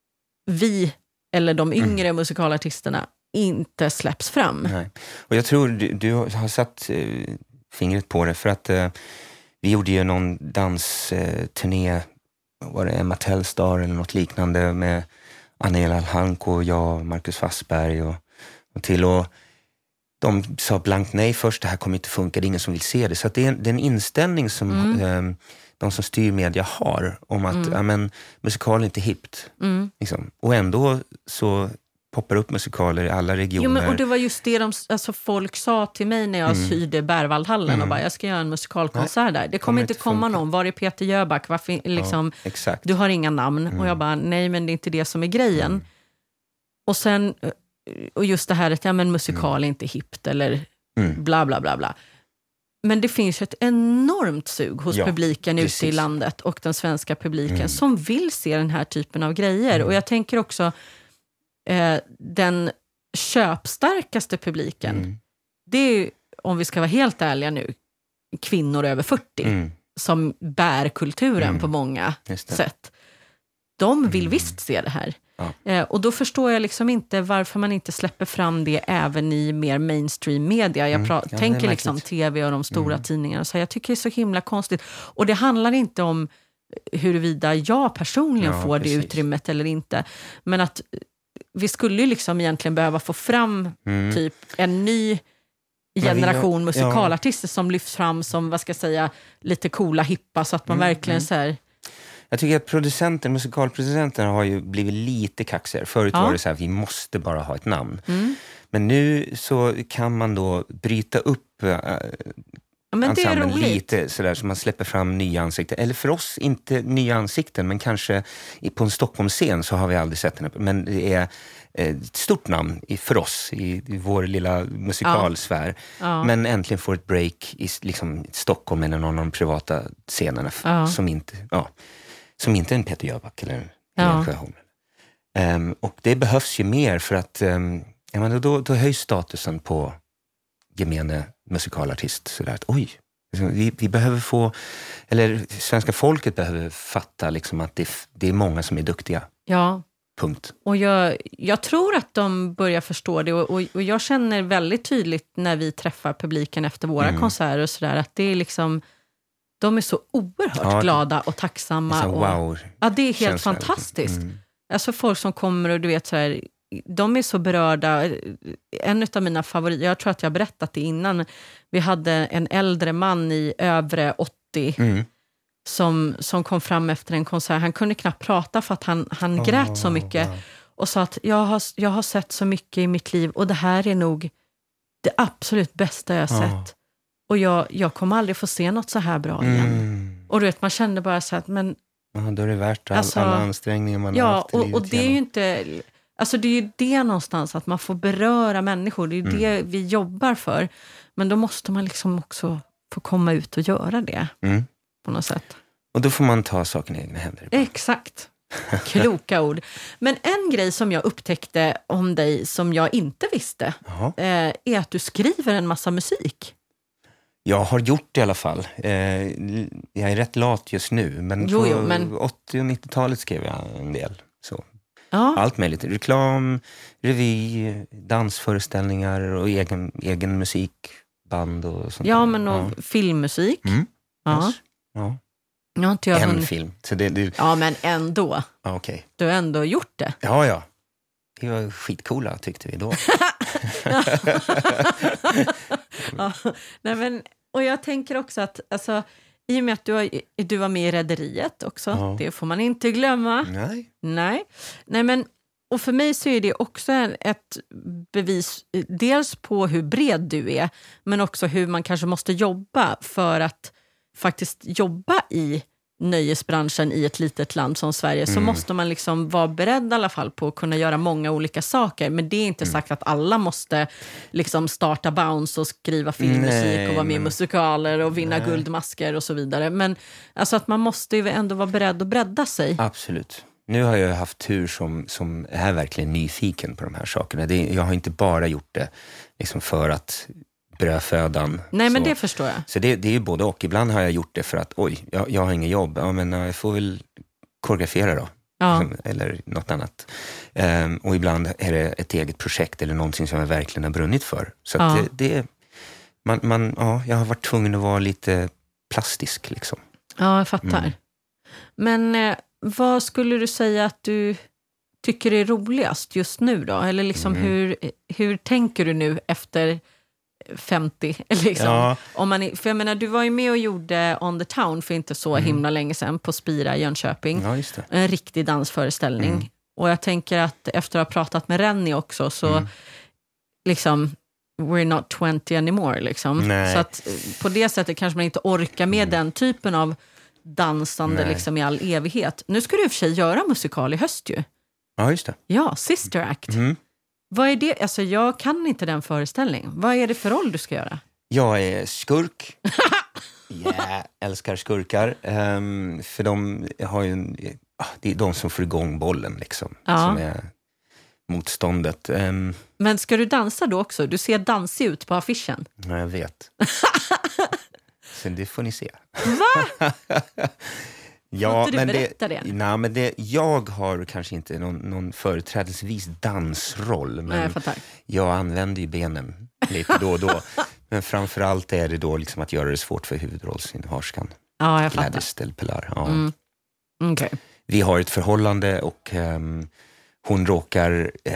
vi, eller de yngre mm. musikalartisterna, inte släpps fram. Nej. Och jag tror du, du har satt eh, fingret på det, för att eh, vi gjorde ju någon dansturné, eh, var det Emma Tellstar eller något liknande, med Anela Alhanko och jag, Marcus Fassberg och, och till, och de sa blankt nej först, det här kommer inte funka, det är ingen som vill se det. Så att det, är en, det är en inställning som mm. eh, de som styr media har, om att mm. ja, men, musikal är inte hippt. Mm. Liksom. Och ändå så poppar upp musikaler i alla regioner. Jo, men, och det var just det de, alltså, folk sa till mig när jag mm. hyrde Berwaldhallen mm. och bara, jag ska göra en musikalkonsert där. Det kommer, kommer inte komma funka. Någon. Var är Peter Jöback? Varför, liksom, ja, exakt. Du har inga namn. Mm. Och jag bara, nej, men det är inte det som är grejen. Mm. Och sen, och just det här att ja, men musikal är inte hippt eller mm. bla bla bla bla. Men det finns ett enormt sug hos ja, publiken precis. Ute i landet och den svenska publiken mm. som vill se den här typen av grejer. Mm. Och jag tänker också eh, den köpstarkaste publiken, mm. det är ju, om vi ska vara helt ärliga nu, kvinnor över fyrtio mm. som bär kulturen mm. på många sätt. De vill mm. visst se det här. Ja. Eh, och då förstår jag liksom inte varför man inte släpper fram det även i mer mainstream media. Jag pra- mm. ja, tänker liksom tv och de stora mm. tidningarna. Så jag tycker det är så himla konstigt. Och det handlar inte om huruvida jag personligen ja, får precis. Det utrymmet eller inte. Men att vi skulle ju liksom egentligen behöva få fram mm. typ en ny generation vi, musikalartister ja. Som lyfts fram som, vad ska jag säga, lite coola, hippa, så att man mm. verkligen mm. så här... Jag tycker att producenten, musikalproducenterna har ju blivit lite kaxigare. Förut ja. Var det så här, vi måste bara ha ett namn. Mm. Men nu så kan man då bryta upp äh, ja, men det är roligt. Lite sådär, så man släpper fram nya ansikten. Eller för oss inte nya ansikten, men kanske på en Stockholmsscen så har vi aldrig sett den. Men det är ett stort namn för oss i, i vår lilla musikalsfär. Ja. Ja. Men äntligen får ett break i liksom, Stockholm eller någon av de privata scenerna ja. Som inte... Ja. som inte är en Peter Jöback eller en Ja. Sjöholm. Um, och det behövs ju mer för att um, jag menar, då, då höjs statusen på gemene musikalartist. Så där att, oj, vi, vi behöver få, eller svenska folket behöver fatta liksom att det, det är många som är duktiga. Ja. Punkt. Och jag, jag tror att de börjar förstå det. Och, och, och jag känner väldigt tydligt när vi träffar publiken efter våra mm. konserter och sådär, att det är liksom, de är så oerhört ja, glada och tacksamma. Det är så, och, wow. Ja, det är helt fantastiskt. Mm. Alltså folk som kommer och du vet så här, de är så berörda. En av mina favoriter, jag tror att jag har berättat det innan, vi hade en äldre man i övre åttio mm. som, som kom fram efter en konsert. Han kunde knappt prata för att han, han oh, grät så mycket wow. och sa att jag har, jag har sett så mycket i mitt liv och det här är nog det absolut bästa jag har oh. sett. Och jag, jag kommer aldrig få se något så här bra igen. Mm. Och du vet, man kände bara så att men, ja, då är det värt all, alltså, alla ansträngningar man ja, har haft i och, livet. och det är ju inte, alltså det är ju det någonstans att man får beröra människor. Det är ju mm. det vi jobbar för. Men då måste man liksom också få komma ut och göra det mm. på något sätt. Och då får man ta saken i egna händer. Exakt. Kloka ord. Men en grej som jag upptäckte om dig som jag inte visste eh, är att du skriver en massa musik. Jag har gjort det i alla fall. Eh, jag är rätt lat just nu. Men jo, på jo, men... åttio- och nittiotalet skrev jag en del. Så. Ja. Allt möjligt. Reklam, revy, dansföreställningar och egen, egen musik, band och sånt. Ja, men och ja. filmmusik. Mm. Ja. Yes. Ja. Jag har inte jag en hunnit... film. Så det, det... Ja, men ändå. Ja, okay. Du har ändå gjort det. Ja, ja. Det var skitcoola tyckte vi då. ja. Nej, men, och jag tänker också att alltså, i och med att du, har, du var med i Rederiet också, ja. Det får man inte glömma. Nej. Nej. Nej, men och för mig så är det också en, ett bevis dels på hur bred du är, men också hur man kanske måste jobba för att faktiskt jobba i nöjesbranschen i ett litet land som Sverige, mm. så måste man liksom vara beredd i alla fall på att kunna göra många olika saker. Men det är inte mm. sagt att alla måste liksom starta Bounce och skriva filmmusik nej, och vara med i musikaler och vinna nej. guldmasker och så vidare. Men alltså att man måste ju ändå vara beredd att bredda sig. Absolut. Nu har jag haft tur som, som är verkligen nyfiken på de här sakerna. Det, jag har inte bara gjort det liksom för att brödfödan. Nej, men så, det förstår jag. Så det, det är ju både och. Ibland har jag gjort det för att oj, jag, jag har ingen jobb. Ja, men jag får väl koreografera då. Ja. Eller något annat. Um, och ibland är det ett eget projekt eller någonting som jag verkligen har brunnit för. Så att ja. det, det man, man, ja, jag har varit tvungen att vara lite plastisk liksom. Ja, jag fattar. Mm. Men eh, vad skulle du säga att du tycker är roligast just nu då? Eller liksom mm. hur, hur tänker du nu efter femtio liksom. Ja. Om man, för jag menar, du var ju med och gjorde On the Town för inte så mm. himla länge sedan på Spira i Jönköping. Ja, just det. En riktig dansföreställning. Mm. Och jag tänker att efter att ha pratat med Rennie också så mm. liksom we're not twenty anymore liksom. Nej. Så att på det sättet kanske man inte orkar med mm. den typen av dansande liksom i all evighet. Nu ska du i och för sig göra musikal i höst ju. Ja, just det. Ja, Sister Act. Mm. Vad är det? Alltså jag kan inte den föreställningen. Vad är det för roll du ska göra? Jag är skurk. Ja, yeah, älskar skurkar. Um, för de har ju en, det är de som får igång bollen liksom. Ja. Som är motståndet. Um, Men ska du dansa då också? Du ser dansig ut på affischen. Ja, jag vet. Sen det får ni se. Va? Ja, får inte men du berätta det, det? Nej, men det, jag har kanske inte någon, någon företrädesvis dansroll. Men nej, jag, jag använder ju benen lite då och då. Men framförallt är det då liksom att göra det svårt för huvudrollsinnehaverskan. Ja, jag fattar. Gladys del Pilar. Ja. Mm. Okay. Vi har ett förhållande och um, hon råkar uh,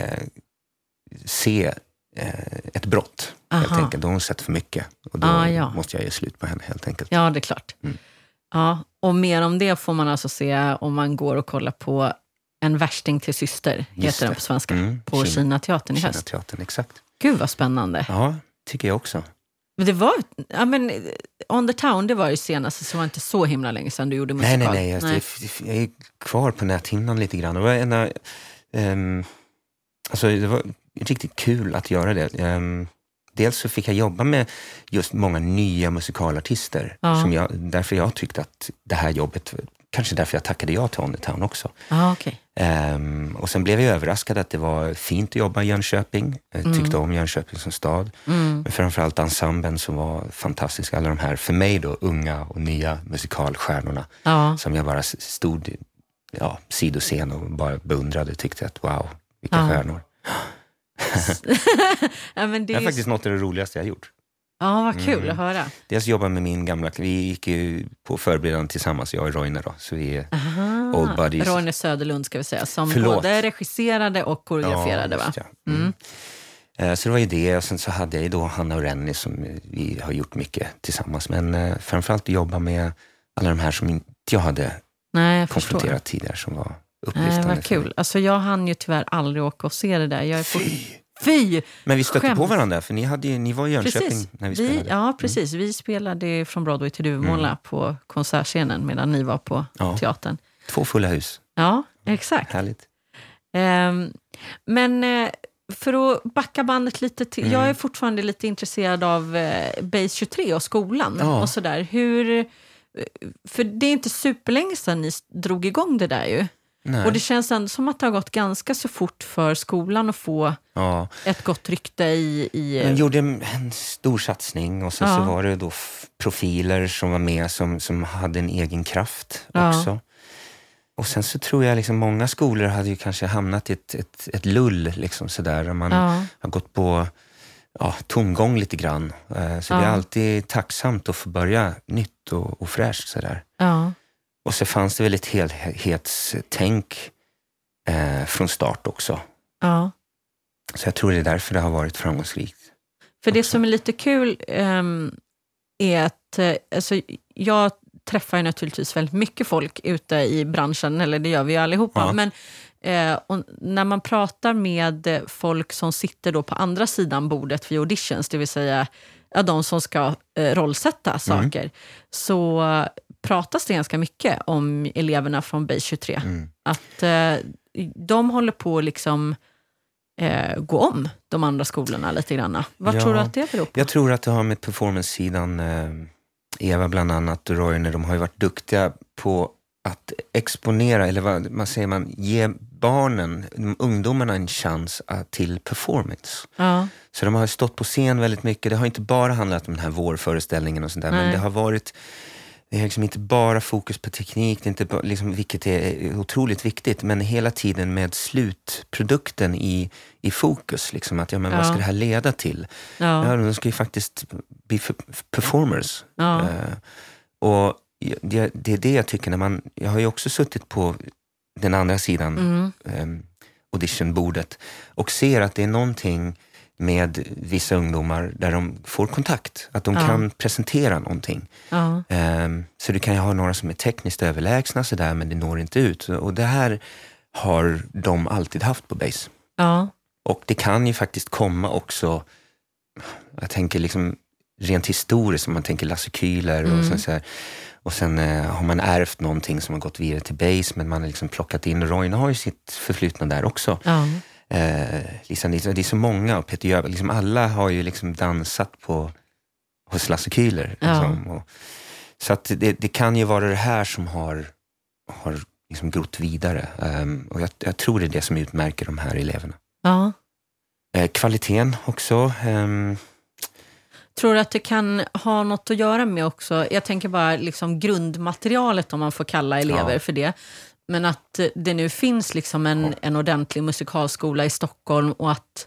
se uh, ett brott. Aha. Helt enkelt. Då har hon sett för mycket. Och då ah, ja. måste jag ge slut på henne helt enkelt. Ja, det är klart. Mm. Ja, och mer om det får man alltså se om man går och kollar på En värsting till syster, just heter det. Den på svenska, mm. på Kina-teatern i höst. Kina-teatern, exakt. Gud vad spännande. Ja, tycker jag också. Men det var, ja men On the Town, det var ju senaste, så var det inte så himla länge sedan du gjorde musikal. Nej, nej, nej. nej. Jag, jag är kvar på näthinnan lite grann. Det var ena, um, alltså det var riktigt kul att göra det. Um, dels så fick jag jobba med just många nya musikalartister. Ja. Som jag, därför jag tyckte att det här jobbet kanske därför jag tackade ja till On the Town också. Ah, okay. Um, och sen blev jag överraskad att det var fint att jobba i Jönköping. Jag tyckte mm. om Jönköping som stad. Mm. Men framförallt ensemblen som var fantastiska. Alla de här, för mig då, unga och nya musikalstjärnorna. Ja. Som jag bara stod ja, sidoscen och bara beundrade. Tyckte att wow, vilka ja. stjärnor. ja, men det, är det är faktiskt något av det roligaste jag har gjort. Ja, vad kul mm. att höra. Dels jobba med min gamla... Vi gick ju på förberedande tillsammans, jag och Roine då. Så vi är Aha. old buddies. Roine Söderlund ska vi säga, som Förlåt. både regisserade och koreograferade, ja, va? Ja. Mm. Mm. Så det var ju det. Och sen så hade jag ju då Hanna och Rennie som vi har gjort mycket tillsammans. Men uh, framförallt jobba med alla de här som inte jag hade Nej, jag konfronterat tidigare som var upplyftande. Nej, vad kul. Alltså jag hann ju tyvärr aldrig åka och se det där. Jag är på... Fy! Men vi stötte Skämt. på varandra, för ni, hade ju, ni var i Jönköping precis. när vi, vi spelade. Ja, precis. Mm. Vi spelade från Broadway till Duvemåla mm. på konsertscenen medan ni var på ja. teatern. Två fulla hus. Ja, exakt. Härligt. Um, men uh, för att backa bandet lite till, mm. jag är fortfarande lite intresserad av uh, Base tjugotre och skolan ja. och sådär. Hur, för det är inte superlänge sedan ni drog igång det där ju. Nej. Och det känns ändå som att det har gått ganska så fort för skolan att få ja. ett gott rykte i... i... Man gjorde en stor satsning och sen ja. så var det då profiler som var med som, som hade en egen kraft också. Ja. Och sen så tror jag liksom många skolor hade ju kanske hamnat i ett, ett, ett lull liksom sådär. Och man ja. har gått på ja, tomgång lite grann. Så ja. det är alltid tacksamt att få börja nytt och, och fräscht sådär. Ja. Och så fanns det väl ett helhetstänk eh, från start också. Ja. Så jag tror det är därför det har varit framgångsrikt. För också. Det som är lite kul um, är att uh, alltså, jag träffar ju naturligtvis väldigt mycket folk ute i branschen, eller det gör vi ju allihopa. Ja. Men uh, och när man pratar med folk som sitter då på andra sidan bordet vid auditions, det vill säga ja, de som ska uh, rollsätta saker, mm. så uh, pratas det ganska mycket om eleverna från Base tjugotre. Mm. Att eh, de håller på liksom eh, gå om de andra skolorna lite grann. Vad ja, tror du att det beror på? Jag tror att det har med performance-sidan eh, Eva bland annat och Roine, de har ju varit duktiga på att exponera, eller vad man säger, man ge barnen, ungdomarna en chans att, till performance. Ja. Så de har stått på scen väldigt mycket. Det har inte bara handlat om den här vårföreställningen och sånt där, men det har varit det är liksom inte bara fokus på teknik, det är inte bara, liksom, vilket är otroligt viktigt, men hela tiden med slutprodukten i, i fokus. Liksom, att, ja, men ja. vad ska det här leda till? Ja. Ja, de ska ju faktiskt bli performers. Ja. Uh, och det, det är det jag tycker när man... Jag har ju också suttit på den andra sidan mm. um, auditionbordet och ser att det är någonting med vissa ungdomar där de får kontakt. Att de ja. kan presentera någonting. Ja. Um, så du kan ju ha några som är tekniskt överlägsna så där, men det når inte ut. Och det här har de alltid haft på Base. Ja. Och det kan ju faktiskt komma också, jag tänker liksom rent historiskt, som man tänker Lasse Kühler och mm. så här. Och sen uh, har man ärvt någonting som har gått vidare till Base, men man har liksom plockat in. Roine har ju sitt förflutna där också. Ja. Eh, liksom, det är så många, och Peter Jöback, liksom alla har ju liksom dansat på hos Lasse Kühler liksom, ja. och, så att det, det kan ju vara det här som har, har liksom grott vidare, um, och jag, jag tror det är det som utmärker de här eleverna. Ja. eh, kvaliteten också. um, Tror du att det kan ha något att göra med också, jag tänker bara liksom grundmaterialet, om man får kalla elever ja. för det. Men att det nu finns liksom en, ja. en ordentlig musikalskola i Stockholm, och att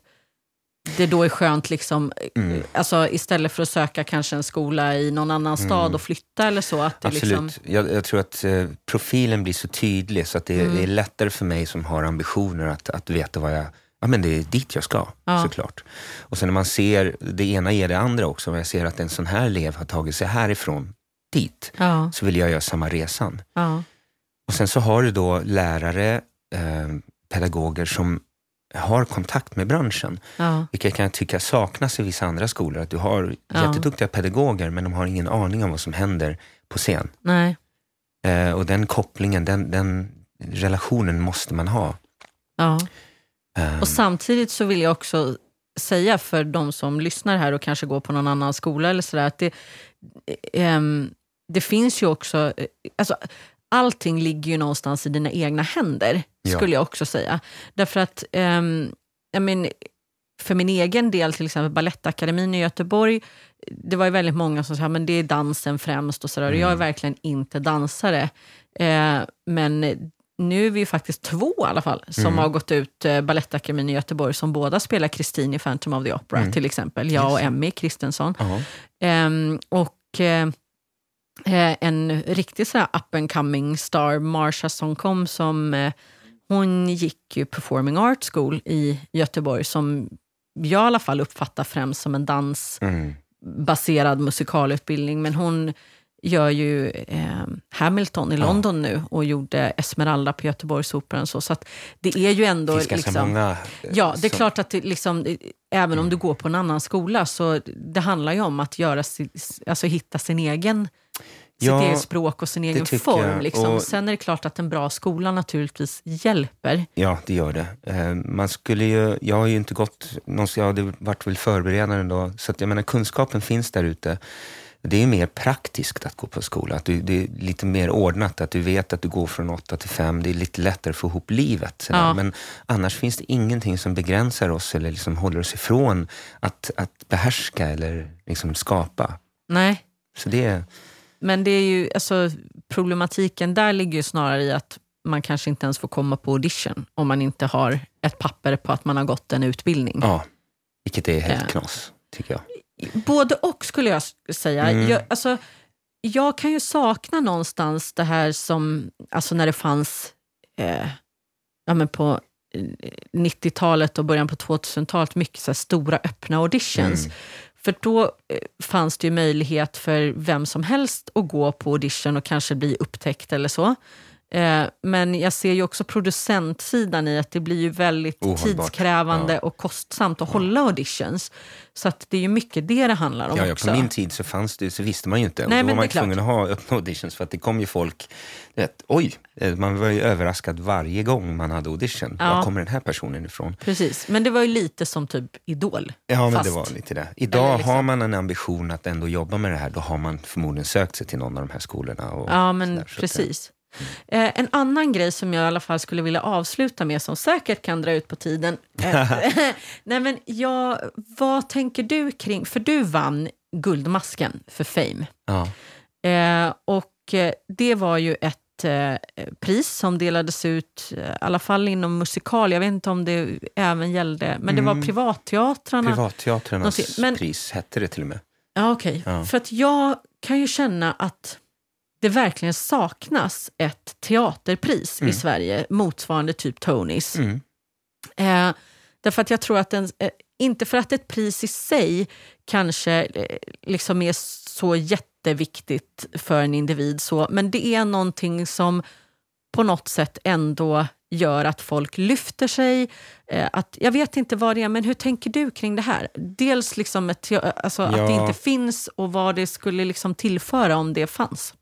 det då är skönt liksom, mm. alltså istället för att söka kanske en skola i någon annan stad mm. och flytta eller så. Att det Absolut. Liksom... Jag, jag tror att eh, profilen blir så tydlig så att det, mm. det är lättare för mig som har ambitioner att, att veta vad jag... Ja, men det är dit jag ska, ja. såklart. Och sen när man ser, det ena ger det andra också, och jag ser att en sån här elev har tagit sig härifrån dit, ja. så vill jag göra samma resan. Ja. Och sen så har du då lärare, eh, pedagoger som har kontakt med branschen. Ja. Vilket kan jag tycka saknas i vissa andra skolor. Att du har ja. jätteduktiga pedagoger, men de har ingen aning om vad som händer på scen. Nej. Eh, och den kopplingen, den, den relationen måste man ha. Ja. Um. Och samtidigt så vill jag också säga för de som lyssnar här och kanske går på någon annan skola eller sådär, att det, um, det finns ju också... Alltså, allting ligger ju någonstans i dina egna händer, Ja. skulle jag också säga. Därför att, um, jag men, för min egen del, till exempel Balettakademin i Göteborg, det var ju väldigt många som sa, men det är dansen främst och sådär. Mm. Jag är verkligen inte dansare. Eh, men nu är vi ju faktiskt två i alla fall som mm. har gått ut eh, Balettakademin i Göteborg, som båda spelar Kristin i Phantom of the Opera mm. till exempel. Jag och Emmy Kristensson. Uh-huh. Eh, och eh, en riktigt så här up and coming star, Marsha Sonkom, som eh, hon gick ju Performing Arts School i Göteborg, som jag i alla fall uppfattar främst som en dansbaserad mm. musikalutbildning. Men hon gör ju eh, Hamilton i London ja. nu och gjorde Esmeralda på Göteborgsoperan. Så, så att det är ju ändå... Det liksom, många, ja, det är som... klart att det, liksom, även mm. om du går på en annan skola, så det handlar ju om att göra, alltså, hitta sin egen... sitt ja, eget språk och sin egen form. Liksom. Och sen är det klart att en bra skola naturligtvis hjälper. Ja, det gör det. Man skulle ju, jag har ju inte gått, jag hade varit väl förberedande ändå, så att jag menar, kunskapen finns där ute. Det är ju mer praktiskt att gå på skola. Att du, det är lite mer ordnat, att du vet att du går från åtta till fem. Det är lite lättare att få ihop livet. Ja. Men annars finns det ingenting som begränsar oss eller liksom håller oss ifrån att, att behärska eller liksom skapa. Nej. Så det är... Men det är ju, alltså, problematiken där ligger ju snarare i att man kanske inte ens får komma på audition om man inte har ett papper på att man har gått en utbildning. Ja, vilket är helt ja. knas, tycker jag. Både och, skulle jag säga. Mm. Jag, alltså, jag kan ju sakna någonstans det här som, alltså när det fanns eh, ja, men på nittiotalet och början på tvåtusentalet mycket så här stora öppna auditions. Mm. För då eh, fanns det ju möjlighet för vem som helst att gå på audition och kanske bli upptäckt eller så. Eh, men jag ser ju också producentsidan i att det blir ju väldigt Ohållbart. tidskrävande ja. och kostsamt att ja. hålla auditions. Så att det är ju mycket det det handlar om ja, ja, också. På min tid så fanns det, så visste man ju inte. Nej, och då men var man tvungen att ha öppna auditions, för att det kom ju folk, vet, oj, man var ju överraskad varje gång man hade audition. Ja. Var kommer den här personen ifrån? Precis, men det var ju lite som typ Idol. Ja, men fast... det var lite det. Idag liksom... har man en ambition att ändå jobba med det här, då har man förmodligen sökt sig till någon av de här skolorna. Och ja, men där, precis. Mm. Eh, en annan grej som jag i alla fall skulle vilja avsluta med, som säkert kan dra ut på tiden. Eh, nej men jag, vad tänker du kring, för du vann Guldmasken för Fame. Ja. Eh, och eh, det var ju ett eh, pris som delades ut, eh, i alla fall inom musikal. Jag vet inte om det även gällde, men mm. det var privatteatrarna. Privatteatrarnas men, pris hette det till och med. Ja, okej. Okay. Ja. För att jag kan ju känna att det verkligen saknas ett teaterpris mm. i Sverige, motsvarande typ Tonys. Mm. Eh, därför att jag tror att en, eh, inte för att ett pris i sig kanske eh, liksom är så jätteviktigt för en individ, så, men det är någonting som på något sätt ändå gör att folk lyfter sig. Eh, att, jag vet inte vad det är, men hur tänker du kring det här? Dels liksom ett, alltså, ja. att det inte finns, och vad det skulle liksom tillföra om det fanns.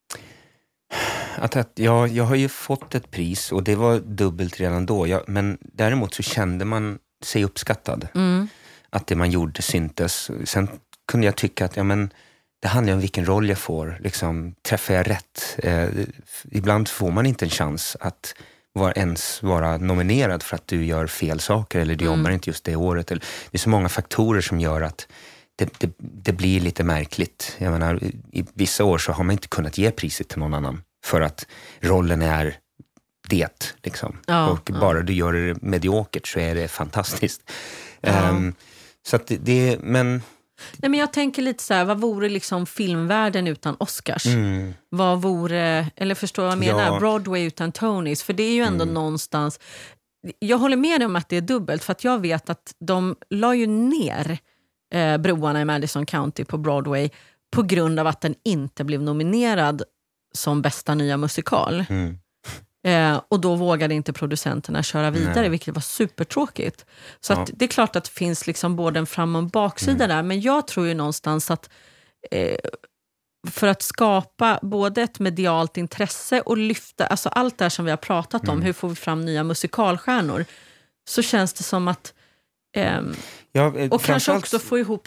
Att, att, ja, jag har ju fått ett pris och det var dubbelt redan då. Jag, men däremot så kände man sig uppskattad. Mm. Att det man gjorde syntes. Sen kunde jag tycka att ja, men, det handlar om vilken roll jag får. Liksom, träffar jag rätt? Eh, ibland får man inte en chans att var, ens vara nominerad för att du gör fel saker eller du mm. jobbar inte just det året. Eller, det är så många faktorer som gör att det, det, det blir lite märkligt. Jag menar, i vissa år så har man inte kunnat ge priset till någon annan för att rollen är det. Liksom. Ja, och bara ja. du gör det mediokert så är det fantastiskt. Ja. Um, så att det, det men... Nej, men jag tänker lite så här, vad vore liksom filmvärlden utan Oscars? Mm. Vad vore, eller förstår vad jag menar, ja. Broadway utan Tonys? För det är ju ändå mm. någonstans... Jag håller med om att det är dubbelt, för att jag vet att de la ju ner eh, broarna i Madison County på Broadway på grund av att den inte blev nominerad som bästa nya musikal. Mm. Eh, och då vågade inte producenterna köra vidare, Nej. vilket var supertråkigt. Så ja. att det är klart att det finns liksom både en fram- och en baksida mm. där, men jag tror ju någonstans att eh, för att skapa både ett medialt intresse och lyfta, alltså allt det som vi har pratat om, mm. hur får vi fram nya musikalstjärnor, så känns det som att eh, ja, eh, och kanske också få ihop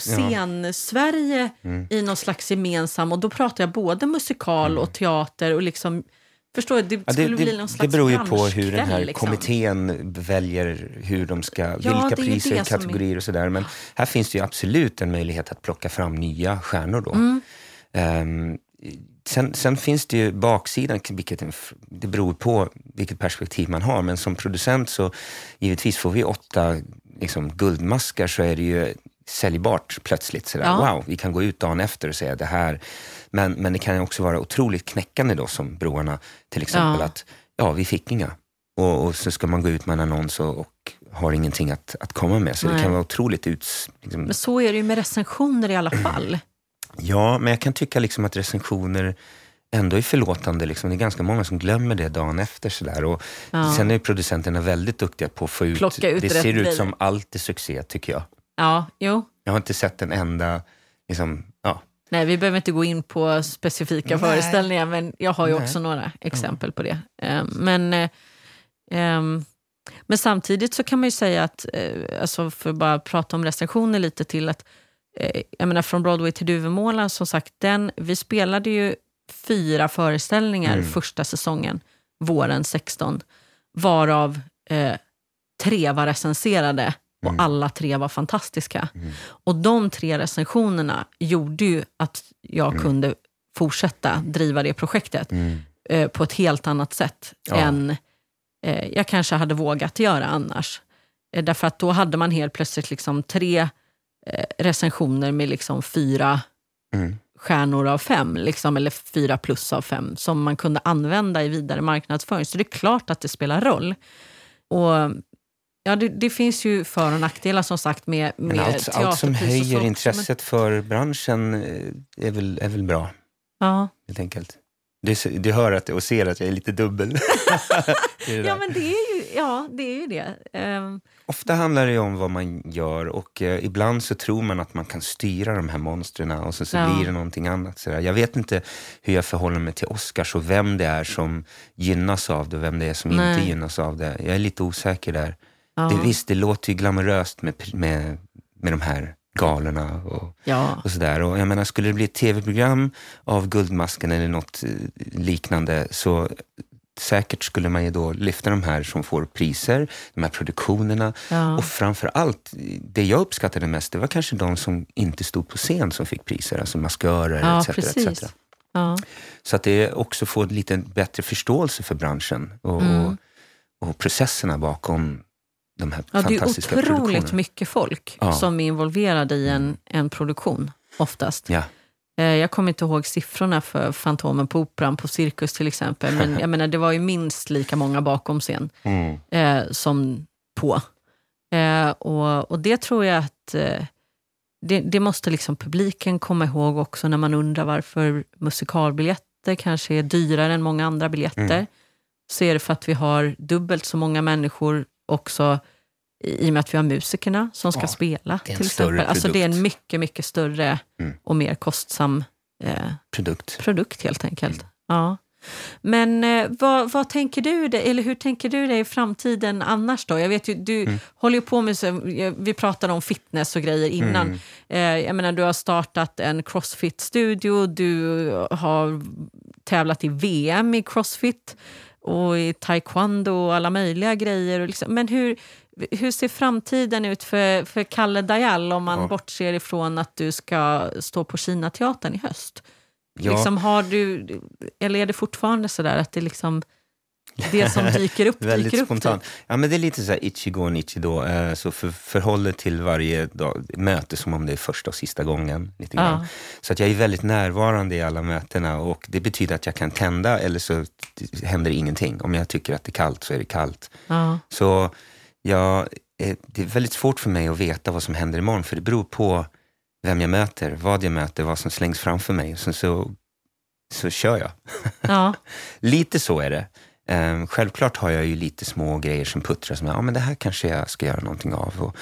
scen-Sverige ja. mm. i någon slags gemensam, och då pratar jag både musikal mm. och teater och liksom Förstår du? Det Ja, skulle det, bli det, någon slags det beror ju på hur den här liksom. kommittén väljer hur de ska, Ja, vilka det är priser, det som kategorier är... och sådär. Men här finns det ju absolut en möjlighet att plocka fram nya stjärnor då. Mm. Um, sen, sen finns det ju baksidan, vilket, det beror på vilket perspektiv man har. Men som producent så givetvis får vi åtta liksom, guldmaskar, så är det ju säljbart plötsligt. Sådär. Ja. Wow, vi kan gå ut dagen efter och säga det här. Men, men det kan ju också vara otroligt knäckande då, som Broarna till exempel, Ja. att ja, vi fick inga. Och, och så ska man gå ut med en annons och, och har ingenting att, att komma med. Så Nej. det kan vara otroligt ut... Liksom... Men så är det ju med recensioner i alla fall. Ja, men jag kan tycka liksom att recensioner ändå är förlåtande. Liksom. Det är ganska många som glömmer det dagen efter. Sådär. Och Ja. sen är producenterna väldigt duktiga på att få ut... Plocka ut det rätt ser ut grejer. som allt är succé, tycker jag. Ja, jo. Jag har inte sett en enda... Liksom, ja. Nej, vi behöver inte gå in på specifika Nej. föreställningar, men jag har ju Nej. också några exempel på det. Eh, Men, eh, ehm, men samtidigt så kan man ju säga att, eh, alltså för att bara prata om recensioner lite till, att eh, jag menar från Broadway till Duvemåla, som sagt, den, vi spelade ju fyra föreställningar Mm. första säsongen, våren sexton, varav eh, tre var recenserade. Och Mm. alla tre var fantastiska. Mm. Och de tre recensionerna gjorde ju att jag Mm. kunde fortsätta driva det projektet Mm. eh, på ett helt annat sätt Ja. än eh, jag kanske hade vågat göra annars. Eh, därför att då hade man helt plötsligt liksom tre eh, recensioner med liksom fyra Mm. stjärnor av fem, liksom, eller fyra plus av fem, som man kunde använda i vidare marknadsföring. Så det är klart att det spelar roll. Och ja, det, det finns ju för- och nackdelar som sagt med, med Men allt, allt som teaterpris och höjer så också, intresset för branschen eh, är väl, är väl bra, Men, ja. helt enkelt. Du, du hör att, och ser att jag är lite dubbel. Det är det ja, där. men det är ju, ja, det, är ju det. Ehm, Ofta handlar det ju om vad man gör, och eh, ibland så tror man att man kan styra de här monstren, och så, så Ja. blir det någonting annat. Så där. Jag vet inte hur jag förhåller mig till Oscars och vem det är som gynnas av det och vem det är som Nej. inte gynnas av det. Jag är lite osäker där. ja. Det, visst, det låter ju glamoröst med, med, med de här galorna och, ja. och sådär. Och jag menar, skulle det bli ett tv-program av Guldmasken eller något eh, liknande, så säkert skulle man ju då lyfta de här som får priser, de här produktionerna. Ja. Och framför allt, det jag uppskattade mest, det var kanske de som inte stod på scen som fick priser, alltså maskörer, Ja, et cetera, precis. et cetera. Ja. Så att det också får lite bättre förståelse för branschen och, Mm. och, och processerna bakom de här Ja, det är fantastiska otroligt produktionerna. mycket folk Ja. som är involverade i en, en produktion, oftast. Ja. Eh, Jag kommer inte ihåg siffrorna för Fantomen på Operan, på Cirkus till exempel, men jag menar, det var ju minst lika många bakom scen Mm. eh, som på. Eh, och, och det tror jag att eh, det, det måste liksom publiken komma ihåg också, när man undrar varför musikalbiljetter kanske är dyrare än många andra biljetter. Mm. Så är det för att vi har dubbelt så många människor också, i och med att vi har musikerna som ska Ja, spela det är en till större exempel. Alltså det är en produkt. mycket, mycket större Mm. och mer kostsam eh, Produkt. produkt helt enkelt. Ja. Men eh, vad, vad tänker du dig, eller hur tänker du dig i framtiden annars då? Jag vet ju, du Mm. håller ju på med, så, vi pratade om fitness och grejer innan. Mm. Eh, jag menar, du har startat en crossfit-studio, du har tävlat i V M i crossfit och i taekwondo och alla möjliga grejer. Och liksom, men hur, hur ser framtiden ut för, för Kalle Dajal, om man Ja. bortser ifrån att du ska stå på Kinateatern i höst? Ja. Liksom, har du, eller är det fortfarande så där att det liksom det som dyker upp Väldigt dyker upp? spontant. Ja, men det är lite så här ichigo och nichido. Eh, så för, förhåller till varje dag, möte som om det är första och sista gången. Lite grann. Ja. Så att jag är väldigt närvarande i alla mötena, och det betyder att jag kan tända, eller så händer ingenting. Om jag tycker att det är kallt så är det kallt. Ja. Så ja, eh, det är väldigt svårt för mig att veta vad som händer imorgon, för det beror på vem jag möter, vad jag möter, vad som slängs framför mig. Så, så, så kör jag. Ja. Lite så är det. Um, självklart har jag ju lite små grejer som puttrar, som ja, men det här kanske jag ska göra någonting av. Och,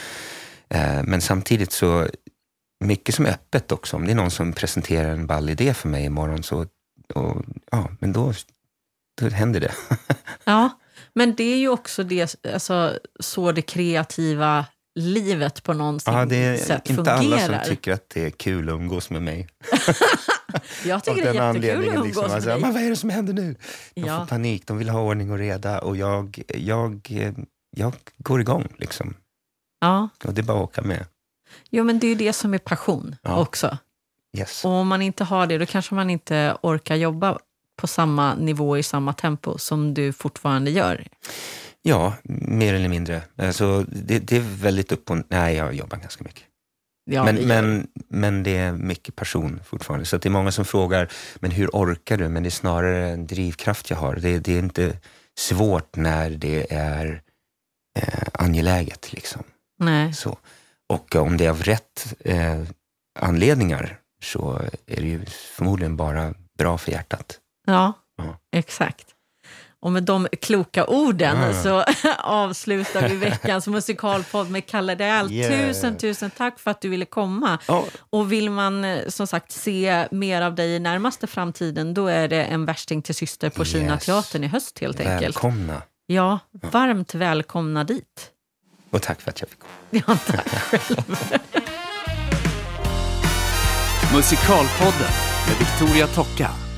uh, men samtidigt så mycket som är öppet också. Om det är någon som presenterar en ball idé för mig imorgon, så och, ja, men då, då händer det. Ja, men det är ju också det, alltså, så det kreativa livet på något Ja, det är sätt inte fungerar. alla som tycker att det är kul att umgås med mig. Jag tycker det är jättekul att umgås liksom, med alltså, dig. Men vad är det som händer nu? De Ja. får panik, de vill ha ordning och reda och jag, jag, jag går igång liksom. Ja. Och det är bara att åka med. Jo, men det är ju det som är passion Ja. också. Yes. Och om man inte har det, då kanske man inte orkar jobba på samma nivå i samma tempo som du fortfarande gör. Ja, mer eller mindre. Alltså, det, det är väldigt upp och... Nej, jag jobbar ganska mycket. Ja, men, det men, men det är mycket passion fortfarande. Så att det är många som frågar, men hur orkar du? Men det är snarare en drivkraft jag har. Det, det är inte svårt när det är eh, angeläget. Liksom. Nej. Så. Och om det är av rätt eh, anledningar så är det ju förmodligen bara bra för hjärtat. Ja, Ja. exakt. Och med de kloka orden Mm. så avslutar vi veckans musikalpodd med Kalle Dell. Yeah. Tusen, tusen tack för att du ville komma. Ja. Och vill man eh, som sagt se mer av dig i närmaste framtiden, då är det En värsting till syster på Yes. Kina teatern i höst helt enkelt. Välkomna. Ja, varmt välkomna dit. Och tack för att jag fick komma. Ja, tack själv. Musikalpodden med Victoria Tocka.